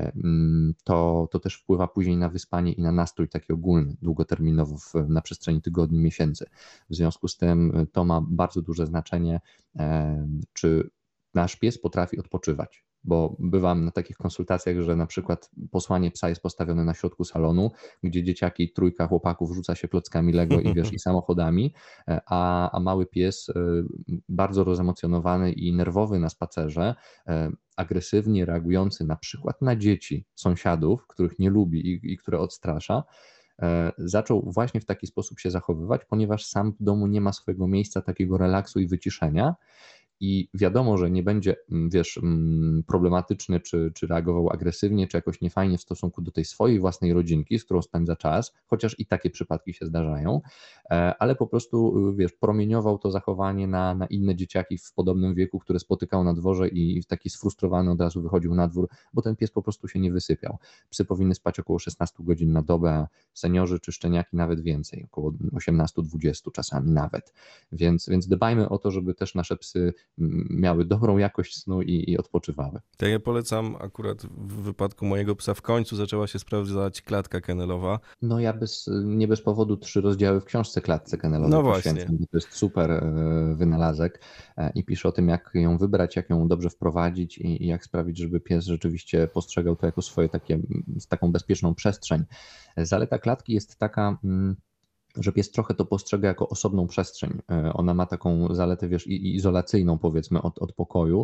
to też wpływa później na wyspanie i na nastrój taki ogólny, długoterminowo na przestrzeni tygodni, miesięcy. W związku z tym to ma bardzo duże znaczenie, czy nasz pies potrafi odpoczywać. Bo bywam na takich konsultacjach, że na przykład posłanie psa jest postawione na środku salonu, gdzie dzieciaki, trójka chłopaków rzuca się klockami Lego i wiesz, i samochodami, a mały pies bardzo rozemocjonowany i nerwowy na spacerze, agresywnie reagujący na przykład na dzieci sąsiadów, których nie lubi i które odstrasza, zaczął właśnie w taki sposób się zachowywać, ponieważ sam w domu nie ma swojego miejsca takiego relaksu i wyciszenia. I wiadomo, że nie będzie, wiesz, problematyczny, czy reagował agresywnie, czy jakoś niefajnie w stosunku do tej swojej własnej rodzinki, z którą spędza czas, chociaż i takie przypadki się zdarzają, ale po prostu, wiesz, promieniował to zachowanie na inne dzieciaki w podobnym wieku, które spotykał na dworze i taki sfrustrowany od razu wychodził na dwór, bo ten pies po prostu się nie wysypiał. Psy powinny spać około 16 godzin na dobę, a seniorzy czy szczeniaki nawet więcej, około 18-20 czasami nawet. Więc dbajmy o to, żeby też nasze psy miały dobrą jakość snu i odpoczywały. To ja polecam akurat w wypadku mojego psa w końcu zaczęła się sprawdzać klatka kennelowa. No ja nie bez powodu 3 rozdziały w książce Klatce Kennelowej No poświęcam, właśnie. bo to jest super wynalazek i piszę o tym, jak ją wybrać, jak ją dobrze wprowadzić i jak sprawić, żeby pies rzeczywiście postrzegał to jako swoje taką bezpieczną przestrzeń. Zaleta klatki jest taka, że pies trochę to postrzega jako osobną przestrzeń. Ona ma taką zaletę, wiesz, i izolacyjną, powiedzmy, od pokoju.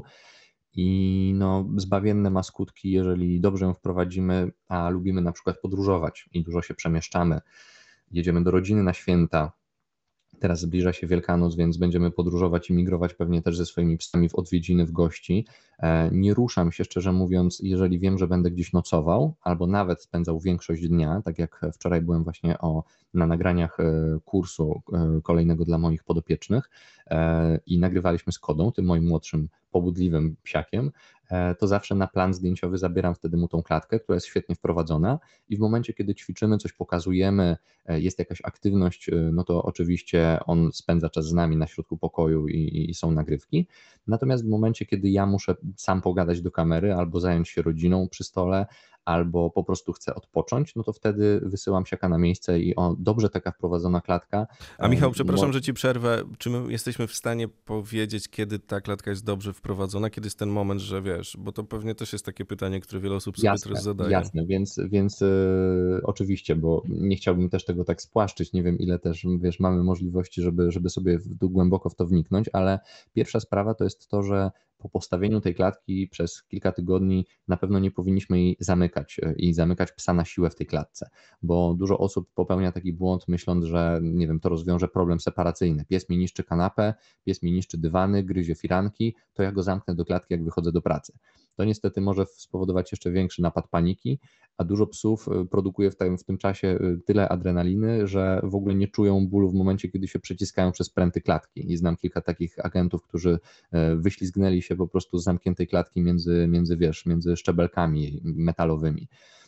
I no, zbawienne ma skutki, jeżeli dobrze ją wprowadzimy, a lubimy na przykład podróżować i dużo się przemieszczamy. Jedziemy do rodziny na święta. Teraz zbliża się Wielkanoc, więc będziemy podróżować i migrować pewnie też ze swoimi psami w odwiedziny, w gości. Nie ruszam się, szczerze mówiąc, jeżeli wiem, że będę gdzieś nocował, albo nawet spędzał większość dnia, tak jak wczoraj byłem właśnie na nagraniach kursu kolejnego dla moich podopiecznych i nagrywaliśmy z Kodą, tym moim młodszym pobudliwym psiakiem, to zawsze na plan zdjęciowy zabieram wtedy mu tą klatkę, która jest świetnie wprowadzona i w momencie, kiedy ćwiczymy, coś pokazujemy, jest jakaś aktywność, no to oczywiście on spędza czas z nami na środku pokoju i są nagrywki. Natomiast w momencie, kiedy ja muszę sam pogadać do kamery albo zająć się rodziną przy stole, albo po prostu chcę odpocząć, no to wtedy wysyłam siaka na miejsce i dobrze taka wprowadzona klatka. A Michał, przepraszam, że ci przerwę. Czy my jesteśmy w stanie powiedzieć, kiedy ta klatka jest dobrze wprowadzona? Kiedy jest ten moment, że wiesz, bo to pewnie też jest takie pytanie, które wiele osób sobie teraz zadaje. Jasne, więc oczywiście, bo nie chciałbym też tego tak spłaszczyć, nie wiem ile też, wiesz, mamy możliwości, żeby sobie głęboko w to wniknąć, ale pierwsza sprawa to jest to, że po postawieniu tej klatki przez kilka tygodni na pewno nie powinniśmy jej zamykać psa na siłę w tej klatce, bo dużo osób popełnia taki błąd, myśląc, że nie wiem, to rozwiąże problem separacyjny. Pies mi niszczy kanapę, pies mi niszczy dywany, gryzie firanki, to ja go zamknę do klatki, jak wychodzę do pracy. To niestety może spowodować jeszcze większy napad paniki, a dużo psów produkuje w tym czasie tyle adrenaliny, że w ogóle nie czują bólu w momencie, kiedy się przyciskają przez pręty klatki. I znam kilka takich agentów, którzy wyślizgnęli się po prostu z zamkniętej klatki między szczebelkami metalowymi.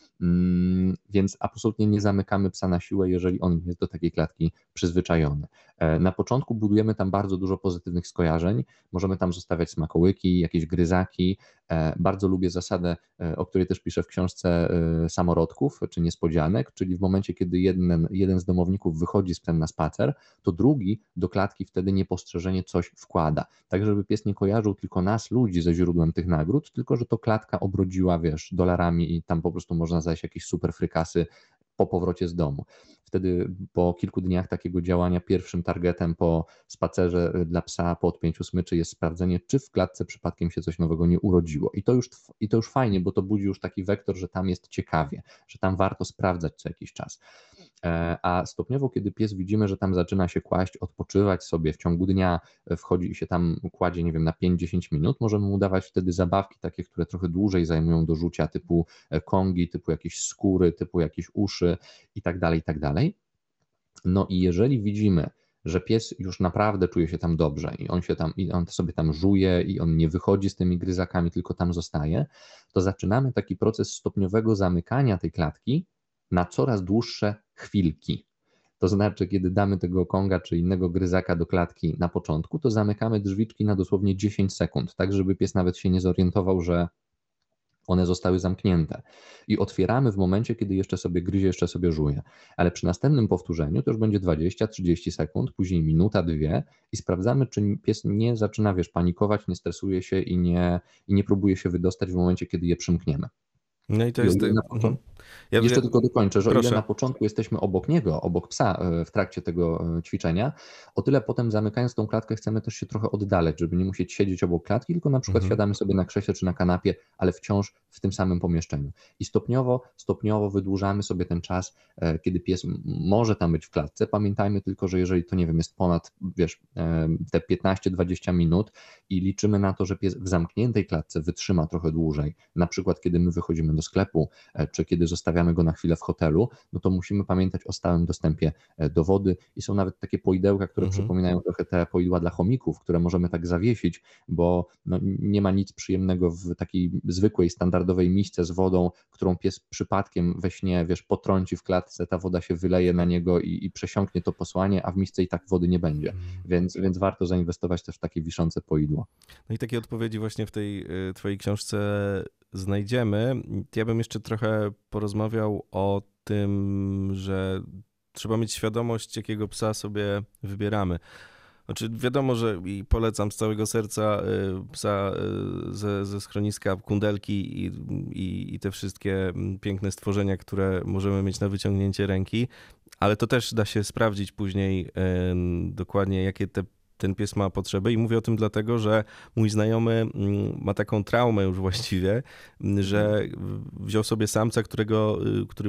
Więc absolutnie nie zamykamy psa na siłę, jeżeli on jest do takiej klatki przyzwyczajony. Na początku budujemy tam bardzo dużo pozytywnych skojarzeń, możemy tam zostawiać smakołyki, jakieś gryzaki. Bardzo lubię zasadę, o której też piszę w książce, samorodków czy niespodzianek, czyli w momencie, kiedy jeden z domowników wychodzi z psem na spacer, to drugi do klatki wtedy niepostrzeżenie coś wkłada, tak żeby pies nie kojarzył tylko nas, ludzi, ze źródłem tych nagród, tylko że to klatka obrodziła, wiesz, dolarami i tam po prostu można zajść jakieś super frykasy po powrocie z domu. Wtedy po kilku dniach takiego działania pierwszym targetem po spacerze dla psa po odpięciu smyczy jest sprawdzenie, czy w klatce przypadkiem się coś nowego nie urodziło. I to już fajnie, bo to budzi już taki wektor, że tam jest ciekawie, że tam warto sprawdzać co jakiś czas. A stopniowo, kiedy pies widzimy, że tam zaczyna się kłaść, odpoczywać sobie w ciągu dnia, wchodzi i się tam kładzie, nie wiem, na 5-10 minut, możemy mu dawać wtedy zabawki takie, które trochę dłużej zajmują do rzucia, typu kongi, typu jakieś skóry, typu jakieś uszy i tak dalej, i tak dalej. No i jeżeli widzimy, że pies już naprawdę czuje się tam dobrze i on sobie tam żuje i on nie wychodzi z tymi gryzakami, tylko tam zostaje, to zaczynamy taki proces stopniowego zamykania tej klatki na coraz dłuższe chwilki. To znaczy, kiedy damy tego konga czy innego gryzaka do klatki na początku, to zamykamy drzwiczki na dosłownie 10 sekund, tak żeby pies nawet się nie zorientował, że one zostały zamknięte i otwieramy w momencie, kiedy jeszcze sobie gryzie, jeszcze sobie żuje. Ale przy następnym powtórzeniu to już będzie 20-30 sekund, później minuta, dwie i sprawdzamy, czy pies nie zaczyna, panikować, nie stresuje się i nie próbuje się wydostać w momencie, kiedy je przymkniemy. No i to I o jest... ile na początku, jeszcze tylko dokończę, że o ile Proszę. na początku jesteśmy obok niego, obok psa w trakcie tego ćwiczenia, o tyle potem zamykając tą klatkę chcemy też się trochę oddalać, żeby nie musieć siedzieć obok klatki, tylko na przykład siadamy sobie na krześle czy na kanapie, ale wciąż w tym samym pomieszczeniu. I stopniowo wydłużamy sobie ten czas, kiedy pies może tam być w klatce. Pamiętajmy tylko, że jeżeli to, nie wiem, jest ponad, te 15-20 minut i liczymy na to, że pies w zamkniętej klatce wytrzyma trochę dłużej, na przykład kiedy my wychodzimy do sklepu, czy kiedy zostawiamy go na chwilę w hotelu, no to musimy pamiętać o stałym dostępie do wody i są nawet takie poidełka, które przypominają trochę te poidła dla chomików, które możemy tak zawiesić, bo no, nie ma nic przyjemnego w takiej zwykłej, standardowej misce z wodą, którą pies przypadkiem we śnie, potrąci w klatce, ta woda się wyleje na niego i przesiąknie to posłanie, a w misce i tak wody nie będzie, więc warto zainwestować też w takie wiszące poidło. No i takie odpowiedzi właśnie w tej twojej książce znajdziemy. Ja bym jeszcze trochę porozmawiał o tym, że trzeba mieć świadomość, jakiego psa sobie wybieramy. Znaczy wiadomo, że i polecam z całego serca psa ze schroniska Kundelki i te wszystkie piękne stworzenia, które możemy mieć na wyciągnięcie ręki, ale to też da się sprawdzić później dokładnie, jakie ten pies ma potrzeby i mówię o tym dlatego, że mój znajomy ma taką traumę już właściwie, że wziął sobie samca, którego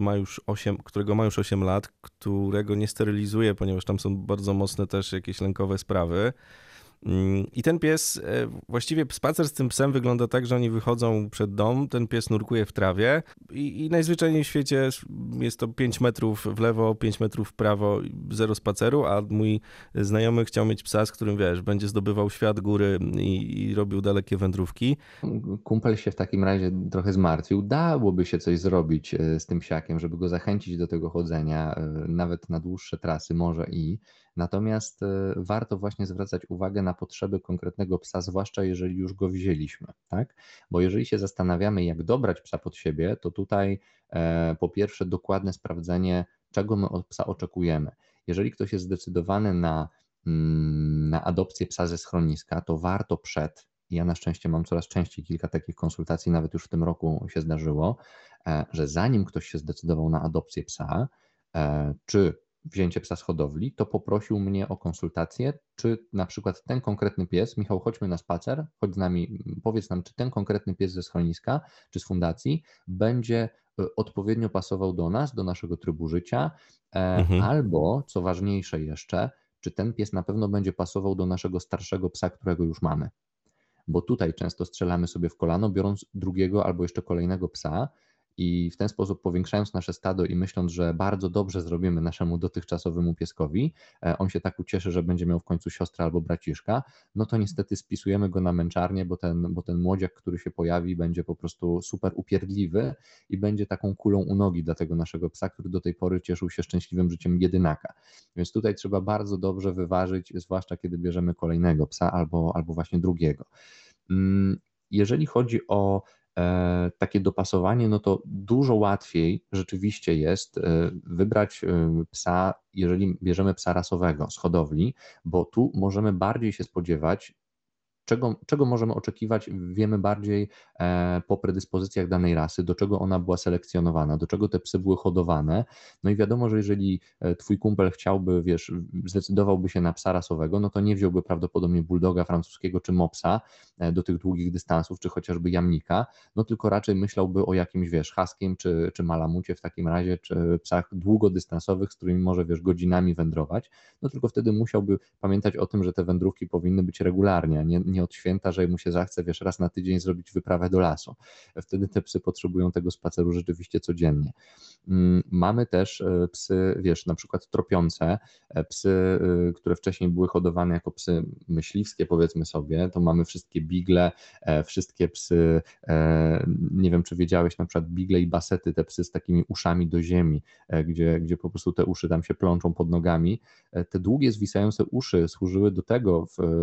ma już 8 lat, którego nie sterylizuje, ponieważ tam są bardzo mocne też jakieś lękowe sprawy. I ten pies, właściwie spacer z tym psem wygląda tak, że oni wychodzą przed dom, ten pies nurkuje w trawie i najzwyczajniej w świecie jest to 5 metrów w lewo, 5 metrów w prawo, zero spaceru, a mój znajomy chciał mieć psa, z którym, będzie zdobywał świat, góry i robił dalekie wędrówki. Kumpel się w takim razie trochę zmartwił. Dałoby się coś zrobić z tym psiakiem, żeby go zachęcić do tego chodzenia, nawet na dłuższe trasy może natomiast warto właśnie zwracać uwagę na potrzeby konkretnego psa, zwłaszcza jeżeli już go wzięliśmy, tak? Bo jeżeli się zastanawiamy, jak dobrać psa pod siebie, to tutaj po pierwsze dokładne sprawdzenie, czego my od psa oczekujemy. Jeżeli ktoś jest zdecydowany na adopcję psa ze schroniska, to warto ja na szczęście mam coraz częściej kilka takich konsultacji, nawet już w tym roku się zdarzyło, że zanim ktoś się zdecydował na adopcję psa, czy wzięcie psa z hodowli, to poprosił mnie o konsultację, czy na przykład ten konkretny pies, Michał, chodźmy na spacer, chodź z nami, powiedz nam, czy ten konkretny pies ze schroniska, czy z fundacji będzie odpowiednio pasował do nas, do naszego trybu życia, albo, co ważniejsze jeszcze, czy ten pies na pewno będzie pasował do naszego starszego psa, którego już mamy. Bo tutaj często strzelamy sobie w kolano, biorąc drugiego albo jeszcze kolejnego psa i w ten sposób powiększając nasze stado i myśląc, że bardzo dobrze zrobimy naszemu dotychczasowemu pieskowi, on się tak ucieszy, że będzie miał w końcu siostrę albo braciszka, no to niestety spisujemy go na męczarnię, bo ten młodziak, który się pojawi, będzie po prostu super upierdliwy i będzie taką kulą u nogi dla tego naszego psa, który do tej pory cieszył się szczęśliwym życiem jedynaka. Więc tutaj trzeba bardzo dobrze wyważyć, zwłaszcza kiedy bierzemy kolejnego psa albo właśnie drugiego. Jeżeli chodzi o takie dopasowanie, no to dużo łatwiej rzeczywiście jest wybrać psa, jeżeli bierzemy psa rasowego z hodowli, bo tu możemy bardziej się spodziewać, czego możemy oczekiwać, wiemy bardziej po predyspozycjach danej rasy, do czego ona była selekcjonowana, do czego te psy były hodowane. No i wiadomo, że jeżeli twój kumpel chciałby, zdecydowałby się na psa rasowego, no to nie wziąłby prawdopodobnie bulldoga francuskiego czy mopsa do tych długich dystansów, czy chociażby jamnika, no tylko raczej myślałby o jakimś, huskim czy malamucie w takim razie, czy psach długodystansowych, z którymi może, godzinami wędrować, no tylko wtedy musiałby pamiętać o tym, że te wędrówki powinny być regularnie, a nie nie od święta, że mu się zachce, wiesz, raz na tydzień zrobić wyprawę do lasu. Wtedy te psy potrzebują tego spaceru rzeczywiście codziennie. Mamy też psy, wiesz, na przykład tropiące, psy, które wcześniej były hodowane jako psy myśliwskie, powiedzmy sobie, to mamy wszystkie bigle, wszystkie psy, nie wiem, czy wiedziałeś, na przykład bigle i basety, te psy z takimi uszami do ziemi, gdzie po prostu te uszy tam się plączą pod nogami. Te długie, zwisające uszy służyły do tego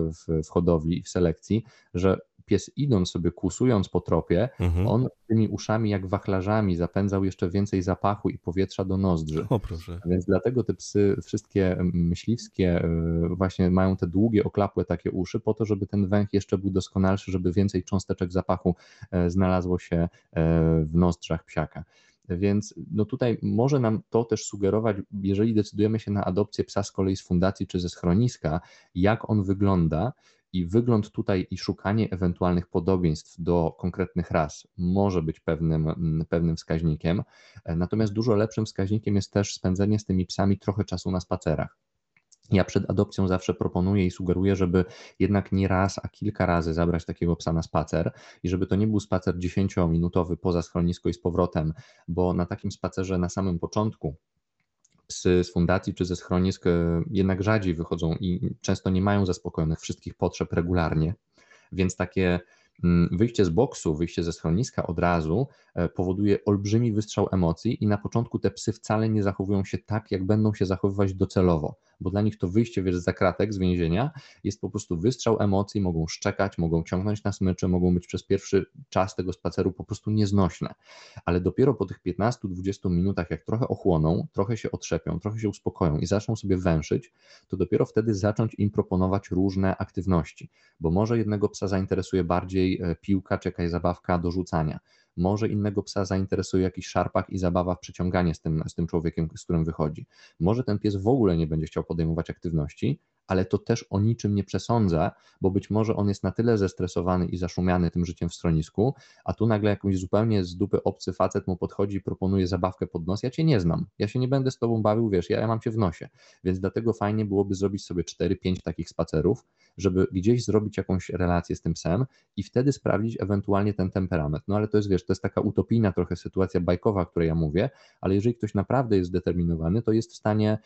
w hodowli i w selekcji, że pies idąc sobie, kłusując po tropie, on tymi uszami jak wachlarzami zapędzał jeszcze więcej zapachu i powietrza do nozdrzy. O proszę. Więc dlatego te psy wszystkie myśliwskie właśnie mają te długie, oklapłe takie uszy po to, żeby ten węch jeszcze był doskonalszy, żeby więcej cząsteczek zapachu znalazło się w nozdrzach psiaka. Więc no tutaj może nam to też sugerować, jeżeli decydujemy się na adopcję psa z kolei z fundacji czy ze schroniska, jak on wygląda. I wygląd tutaj i szukanie ewentualnych podobieństw do konkretnych ras może być pewnym wskaźnikiem. Natomiast dużo lepszym wskaźnikiem jest też spędzenie z tymi psami trochę czasu na spacerach. Ja przed adopcją zawsze proponuję i sugeruję, żeby jednak nie raz, a kilka razy zabrać takiego psa na spacer i żeby to nie był spacer 10-minutowy poza schronisko i z powrotem, bo na takim spacerze na samym początku psy z fundacji czy ze schronisk jednak rzadziej wychodzą i często nie mają zaspokojonych wszystkich potrzeb regularnie, więc takie wyjście z boksu, wyjście ze schroniska od razu powoduje olbrzymi wystrzał emocji i na początku te psy wcale nie zachowują się tak, jak będą się zachowywać docelowo, bo dla nich to wyjście, wiesz, z zakratek, z więzienia jest po prostu wystrzał emocji, mogą szczekać, mogą ciągnąć na smyczy, mogą być przez pierwszy czas tego spaceru po prostu nieznośne, ale dopiero po tych 15-20 minutach, jak trochę ochłoną, trochę się otrzepią, trochę się uspokoją i zaczną sobie węszyć, to dopiero wtedy zacząć im proponować różne aktywności, bo może jednego psa zainteresuje bardziej piłka czy jakaś zabawka do rzucania, może innego psa zainteresuje jakiś szarpak i zabawa w przeciąganie z tym człowiekiem, z którym wychodzi. Może ten pies w ogóle nie będzie chciał podejmować aktywności, ale to też o niczym nie przesądza, bo być może on jest na tyle zestresowany i zaszumiany tym życiem w schronisku, a tu nagle jakiś zupełnie z dupy obcy facet mu podchodzi i proponuje zabawkę pod nos. Ja cię nie znam, ja się nie będę z tobą bawił, wiesz, ja mam cię w nosie. Więc dlatego fajnie byłoby zrobić sobie 4-5 takich spacerów, żeby gdzieś zrobić jakąś relację z tym psem i wtedy sprawdzić ewentualnie ten temperament. No ale to jest, wiesz, to jest taka utopijna trochę sytuacja bajkowa, o której ja mówię, ale jeżeli ktoś naprawdę jest zdeterminowany, to jest w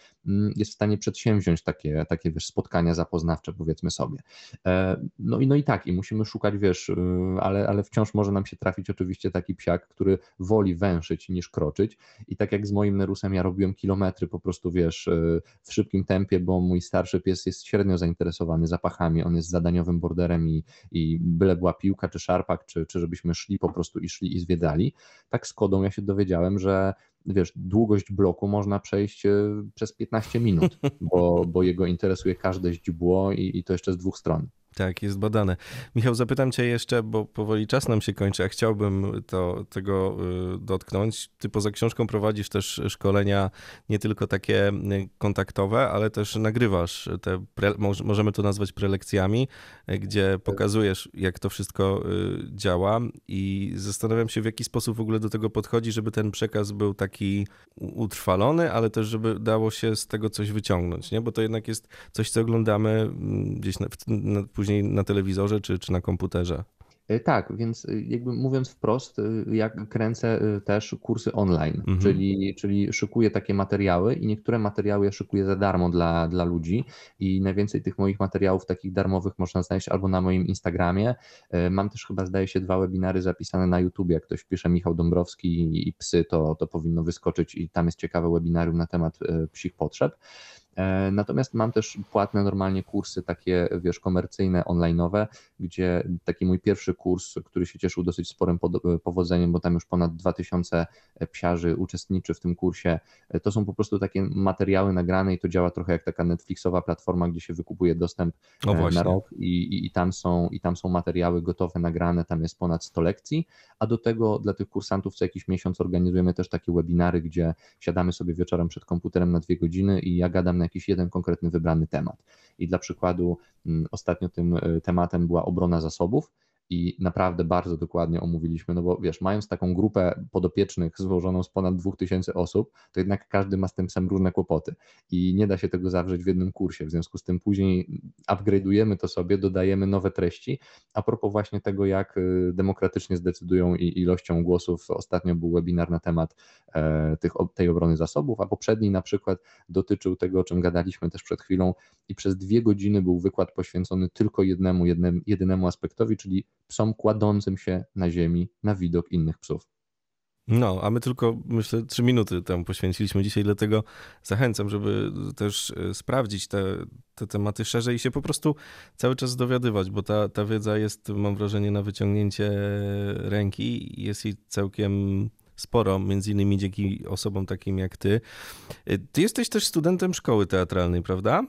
stanie przedsięwziąć takie wiesz, spotkania zapoznawcze, powiedzmy sobie. No i tak, i musimy szukać, wiesz, ale wciąż może nam się trafić oczywiście taki psiak, który woli węszyć niż kroczyć i tak jak z moim Nerusem ja robiłem kilometry po prostu, wiesz, w szybkim tempie, bo mój starszy pies jest średnio zainteresowany zapachami, on jest zadaniowym borderem i byle była piłka czy szarpak, czy żebyśmy szli po prostu i szli i zwiedzali. Tak z Kodą ja się dowiedziałem, że wiesz, długość bloku można przejść przez 15 minut, bo jego interesuje każde źdźbło i to jeszcze z dwóch stron. Tak, jest badane. Michał, zapytam cię jeszcze, bo powoli czas nam się kończy, a chciałbym tego dotknąć. Ty poza książką prowadzisz też szkolenia nie tylko takie kontaktowe, ale też nagrywasz te, możemy to nazwać prelekcjami, gdzie pokazujesz, jak to wszystko działa i zastanawiam się, w jaki sposób w ogóle do tego podchodzi, żeby ten przekaz był taki utrwalony, ale też, żeby dało się z tego coś wyciągnąć, nie? Bo to jednak jest coś, co oglądamy gdzieś później na telewizorze czy na komputerze. Tak, więc jakby mówiąc wprost, ja kręcę też kursy online, czyli szykuję takie materiały i niektóre materiały ja szykuję za darmo dla ludzi i najwięcej tych moich materiałów takich darmowych można znaleźć albo na moim Instagramie. Mam też chyba, zdaje się, 2 webinary zapisane na YouTube. Jak ktoś wpisze Michał Dąbrowski i psy, to powinno wyskoczyć i tam jest ciekawe webinarium na temat psich potrzeb. Natomiast mam też płatne normalnie kursy takie, wiesz, komercyjne, online'owe, gdzie taki mój pierwszy kurs, który się cieszył dosyć sporym powodzeniem, bo tam już ponad 2000 psiarzy uczestniczy w tym kursie, to są po prostu takie materiały nagrane i to działa trochę jak taka Netflixowa platforma, gdzie się wykupuje dostęp na rok i tam są materiały gotowe, nagrane, tam jest ponad 100 lekcji, a do tego dla tych kursantów co jakiś miesiąc organizujemy też takie webinary, gdzie siadamy sobie wieczorem przed komputerem na 2 godziny i ja gadam na jakiś jeden konkretny wybrany temat. I dla przykładu ostatnio tym tematem była obrona zasobów i naprawdę bardzo dokładnie omówiliśmy, no bo wiesz, mając taką grupę podopiecznych złożoną z ponad 2000 osób, to jednak każdy ma z tym psem różne kłopoty i nie da się tego zawrzeć w jednym kursie, w związku z tym później upgrade'ujemy to sobie, dodajemy nowe treści. A propos właśnie tego, jak demokratycznie zdecydują i ilością głosów, ostatnio był webinar na temat tej obrony zasobów, a poprzedni na przykład dotyczył tego, o czym gadaliśmy też przed chwilą i przez 2 godziny był wykład poświęcony tylko jedynemu aspektowi, czyli psom kładącym się na ziemi na widok innych psów. No, a my tylko, myślę, 3 minuty temu poświęciliśmy dzisiaj, dlatego zachęcam, żeby też sprawdzić te tematy szerzej i się po prostu cały czas dowiadywać, bo ta wiedza jest, mam wrażenie, na wyciągnięcie ręki i jest jej całkiem sporo, między innymi dzięki osobom takim jak ty. Ty jesteś też studentem szkoły teatralnej, prawda?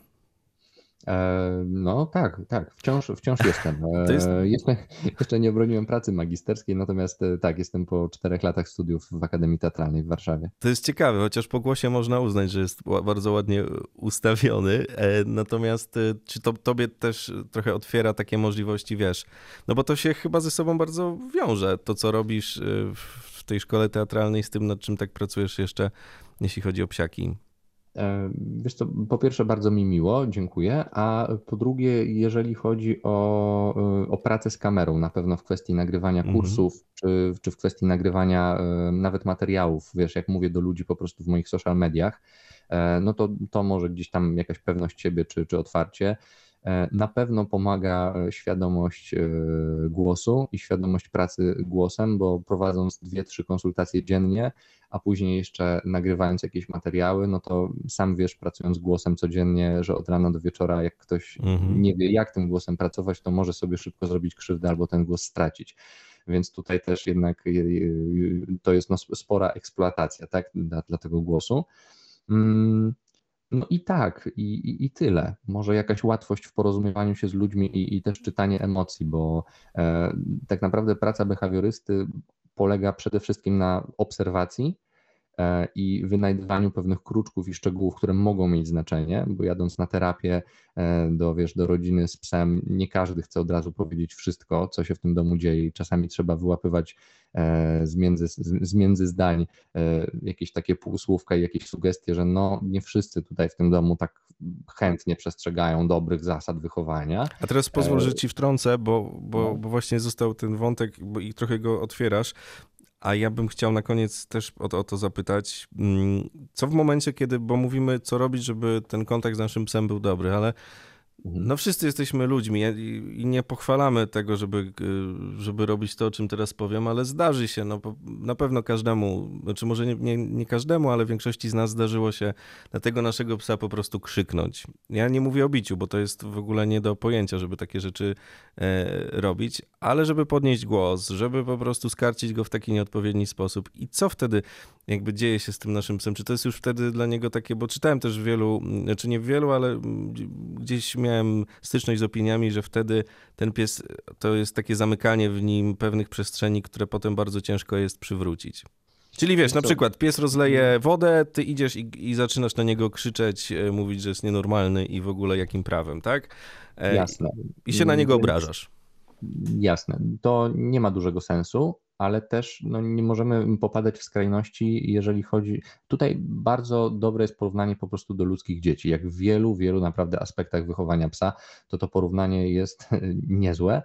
No tak, wciąż jestem. Jeszcze nie obroniłem pracy magisterskiej, natomiast tak, jestem po 4 latach studiów w Akademii Teatralnej w Warszawie. To jest ciekawe, chociaż po głosie można uznać, że jest bardzo ładnie ustawiony, natomiast czy to tobie też trochę otwiera takie możliwości, wiesz, no bo to się chyba ze sobą bardzo wiąże, to co robisz w tej szkole teatralnej z tym, nad czym tak pracujesz jeszcze, jeśli chodzi o psiaki. Wiesz co, po pierwsze bardzo mi miło, dziękuję, a po drugie jeżeli chodzi o pracę z kamerą, na pewno w kwestii nagrywania kursów, czy w kwestii nagrywania nawet materiałów, wiesz, jak mówię do ludzi po prostu w moich social mediach, no to może gdzieś tam jakaś pewność siebie, czy otwarcie. Na pewno pomaga świadomość głosu i świadomość pracy głosem, bo prowadząc 2-3 konsultacje dziennie, a później jeszcze nagrywając jakieś materiały, no to sam wiesz, pracując głosem codziennie, że od rana do wieczora, jak ktoś nie wie, jak tym głosem pracować, to może sobie szybko zrobić krzywdę albo ten głos stracić. Więc tutaj też jednak to jest spora eksploatacja, tak, dla tego głosu. No i tak, i tyle. Może jakaś łatwość w porozumiewaniu się z ludźmi i też czytanie emocji, bo tak naprawdę praca behawiorysty polega przede wszystkim na obserwacji i wynajdywaniu pewnych kruczków i szczegółów, które mogą mieć znaczenie, bo jadąc na terapię do rodziny z psem, nie każdy chce od razu powiedzieć wszystko, co się w tym domu dzieje i czasami trzeba wyłapywać z między zdań jakieś takie półsłówka i jakieś sugestie, że no nie wszyscy tutaj w tym domu tak chętnie przestrzegają dobrych zasad wychowania. A teraz pozwól, że ci wtrącę, bo właśnie został ten wątek i trochę go otwierasz. A ja bym chciał na koniec też o to zapytać, co w momencie, kiedy, bo mówimy, co robić, żeby ten kontakt z naszym psem był dobry, ale no wszyscy jesteśmy ludźmi i nie pochwalamy tego, żeby robić to, o czym teraz powiem, ale zdarzy się, no na pewno każdemu, znaczy może nie każdemu, ale większości z nas zdarzyło się na tego naszego psa po prostu krzyknąć. Ja nie mówię o biciu, bo to jest w ogóle nie do pojęcia, żeby takie rzeczy robić, ale żeby podnieść głos, żeby po prostu skarcić go w taki nieodpowiedni sposób. I co wtedy jakby dzieje się z tym naszym psem? Czy to jest już wtedy dla niego takie, bo czytałem też znaczy nie w wielu, ale gdzieś miałem styczność z opiniami, że wtedy ten pies to jest takie zamykanie w nim pewnych przestrzeni, które potem bardzo ciężko jest przywrócić. Czyli wiesz, na przykład pies rozleje wodę, ty idziesz i zaczynasz na niego krzyczeć, mówić, że jest nienormalny i w ogóle jakim prawem, tak? Jasne. I się na niego obrażasz. Jasne, to nie ma dużego sensu, ale też no, nie możemy popadać w skrajności, jeżeli chodzi... Tutaj bardzo dobre jest porównanie po prostu do ludzkich dzieci. Jak w wielu naprawdę aspektach wychowania psa, to porównanie jest niezłe.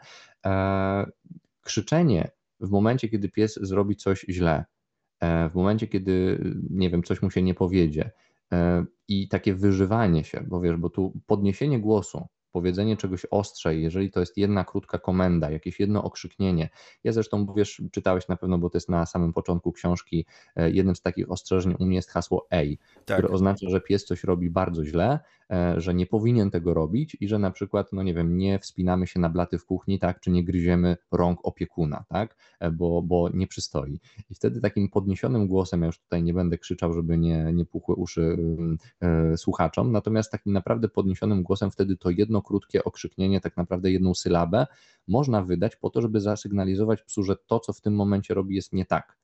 Krzyczenie w momencie, kiedy pies zrobi coś źle, w momencie, kiedy, nie wiem, coś mu się nie powiedzie i takie wyżywanie się, bo wiesz, bo tu podniesienie głosu, powiedzenie czegoś ostrzej, jeżeli to jest jedna krótka komenda, jakieś jedno okrzyknienie. Ja zresztą, bo wiesz, czytałeś na pewno, bo to jest na samym początku książki, jednym z takich ostrzeżeń u mnie jest hasło EJ, które oznacza, że pies coś robi bardzo źle, że nie powinien tego robić i że na przykład, no nie wiem, nie wspinamy się na blaty w kuchni, tak, czy nie gryziemy rąk opiekuna, tak, bo nie przystoi. I wtedy takim podniesionym głosem, ja już tutaj nie będę krzyczał, żeby nie puchły uszy słuchaczom, natomiast takim naprawdę podniesionym głosem wtedy to jedno krótkie okrzyknienie, tak naprawdę jedną sylabę można wydać po to, żeby zasygnalizować psu, że to, co w tym momencie robi, jest nie tak.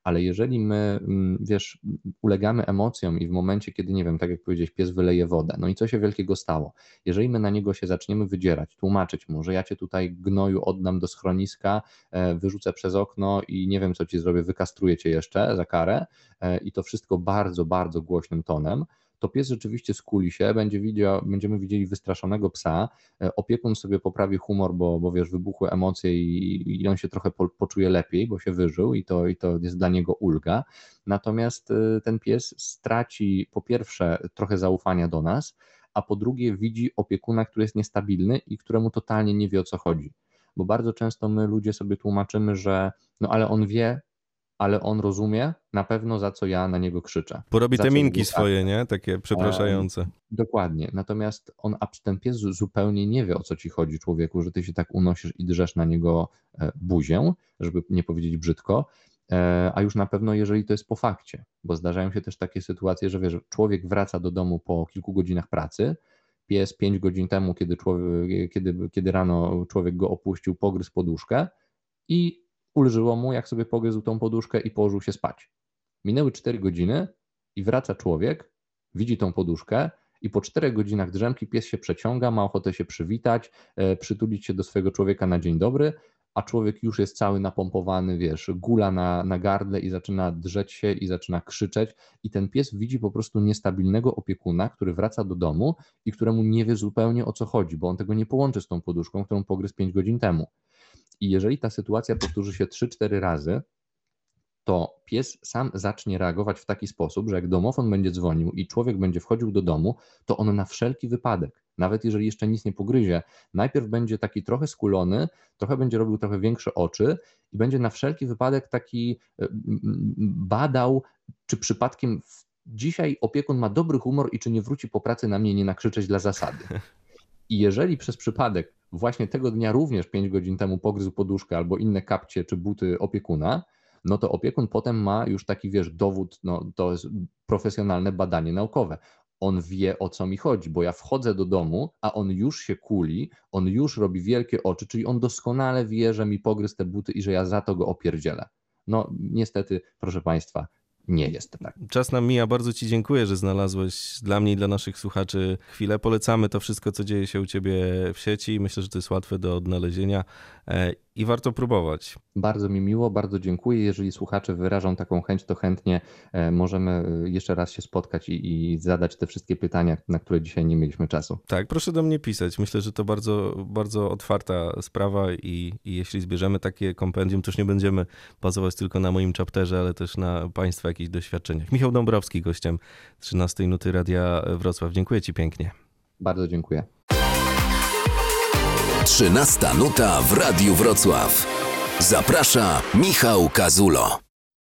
ale jeżeli my, wiesz, ulegamy emocjom i w momencie, kiedy, nie wiem, tak jak powiedziałeś, pies wyleje wodę, no i co się wielkiego stało? Jeżeli my na niego się zaczniemy wydzierać, tłumaczyć mu, że ja cię tutaj gnoju oddam do schroniska, wyrzucę przez okno i nie wiem, co ci zrobię, wykastruję cię jeszcze za karę i to wszystko bardzo, bardzo głośnym tonem, to pies rzeczywiście skuli się, będziemy widzieli wystraszonego psa, opiekun sobie poprawi humor, bo wiesz, wybuchły emocje i on się trochę poczuje lepiej, bo się wyżył i to jest dla niego ulga. Natomiast ten pies straci po pierwsze trochę zaufania do nas, a po drugie widzi opiekuna, który jest niestabilny i któremu totalnie nie wie, o co chodzi. Bo bardzo często my ludzie sobie tłumaczymy, że no ale on wie, ale on rozumie na pewno, za co ja na niego krzyczę. Porobi te minki swoje, nie? Takie przepraszające. Dokładnie. Natomiast ten pies zupełnie nie wie, o co ci chodzi, człowieku, że ty się tak unosisz i drzesz na niego buzię, żeby nie powiedzieć brzydko, a już na pewno jeżeli to jest po fakcie, bo zdarzają się też takie sytuacje, że wiesz, człowiek wraca do domu po kilku godzinach pracy, pies 5 godzin temu, kiedy rano człowiek go opuścił, pogryzł poduszkę i ulżyło mu, jak sobie pogryzł tą poduszkę i położył się spać. Minęły 4 godziny i wraca człowiek, widzi tą poduszkę i po 4 godzinach drzemki pies się przeciąga, ma ochotę się przywitać, przytulić się do swojego człowieka na dzień dobry, a człowiek już jest cały napompowany, wiesz, gula na gardle i zaczyna drzeć się i zaczyna krzyczeć i ten pies widzi po prostu niestabilnego opiekuna, który wraca do domu i któremu nie wie zupełnie, o co chodzi, bo on tego nie połączy z tą poduszką, którą pogryzł 5 godzin temu. I jeżeli ta sytuacja powtórzy się 3-4 razy, to pies sam zacznie reagować w taki sposób, że jak domofon będzie dzwonił i człowiek będzie wchodził do domu, to on na wszelki wypadek, nawet jeżeli jeszcze nic nie pogryzie, najpierw będzie taki trochę skulony, trochę będzie robił trochę większe oczy i będzie na wszelki wypadek taki badał, czy przypadkiem dzisiaj opiekun ma dobry humor i czy nie wróci po pracy na mnie nie nakrzyczeć dla zasady. I jeżeli przez przypadek właśnie tego dnia również 5 godzin temu pogryzł poduszkę albo inne kapcie czy buty opiekuna, no to opiekun potem ma już taki, wiesz, dowód, no to jest profesjonalne badanie naukowe. On wie, o co mi chodzi, bo ja wchodzę do domu, a on już się kuli, on już robi wielkie oczy, czyli on doskonale wie, że mi pogryzł te buty i że ja za to go opierdzielę. No niestety, proszę Państwa, nie jest tak. Czas nam mija. Bardzo Ci dziękuję, że znalazłeś dla mnie i dla naszych słuchaczy chwilę. Polecamy to wszystko, co dzieje się u Ciebie w sieci. Myślę, że to jest łatwe do odnalezienia i warto próbować. Bardzo mi miło, bardzo dziękuję. Jeżeli słuchacze wyrażą taką chęć, to chętnie możemy jeszcze raz się spotkać i zadać te wszystkie pytania, na które dzisiaj nie mieliśmy czasu. Tak, proszę do mnie pisać. Myślę, że to bardzo, bardzo otwarta sprawa i jeśli zbierzemy takie kompendium, to już nie będziemy bazować tylko na moim chapterze, ale też na Państwa jakichś doświadczeniach. Michał Dąbrowski, gościem 13 Nuty Radia Wrocław. Dziękuję Ci pięknie. Bardzo dziękuję. 13 Nuta w Radiu Wrocław. Zaprasza Michał Kazulo.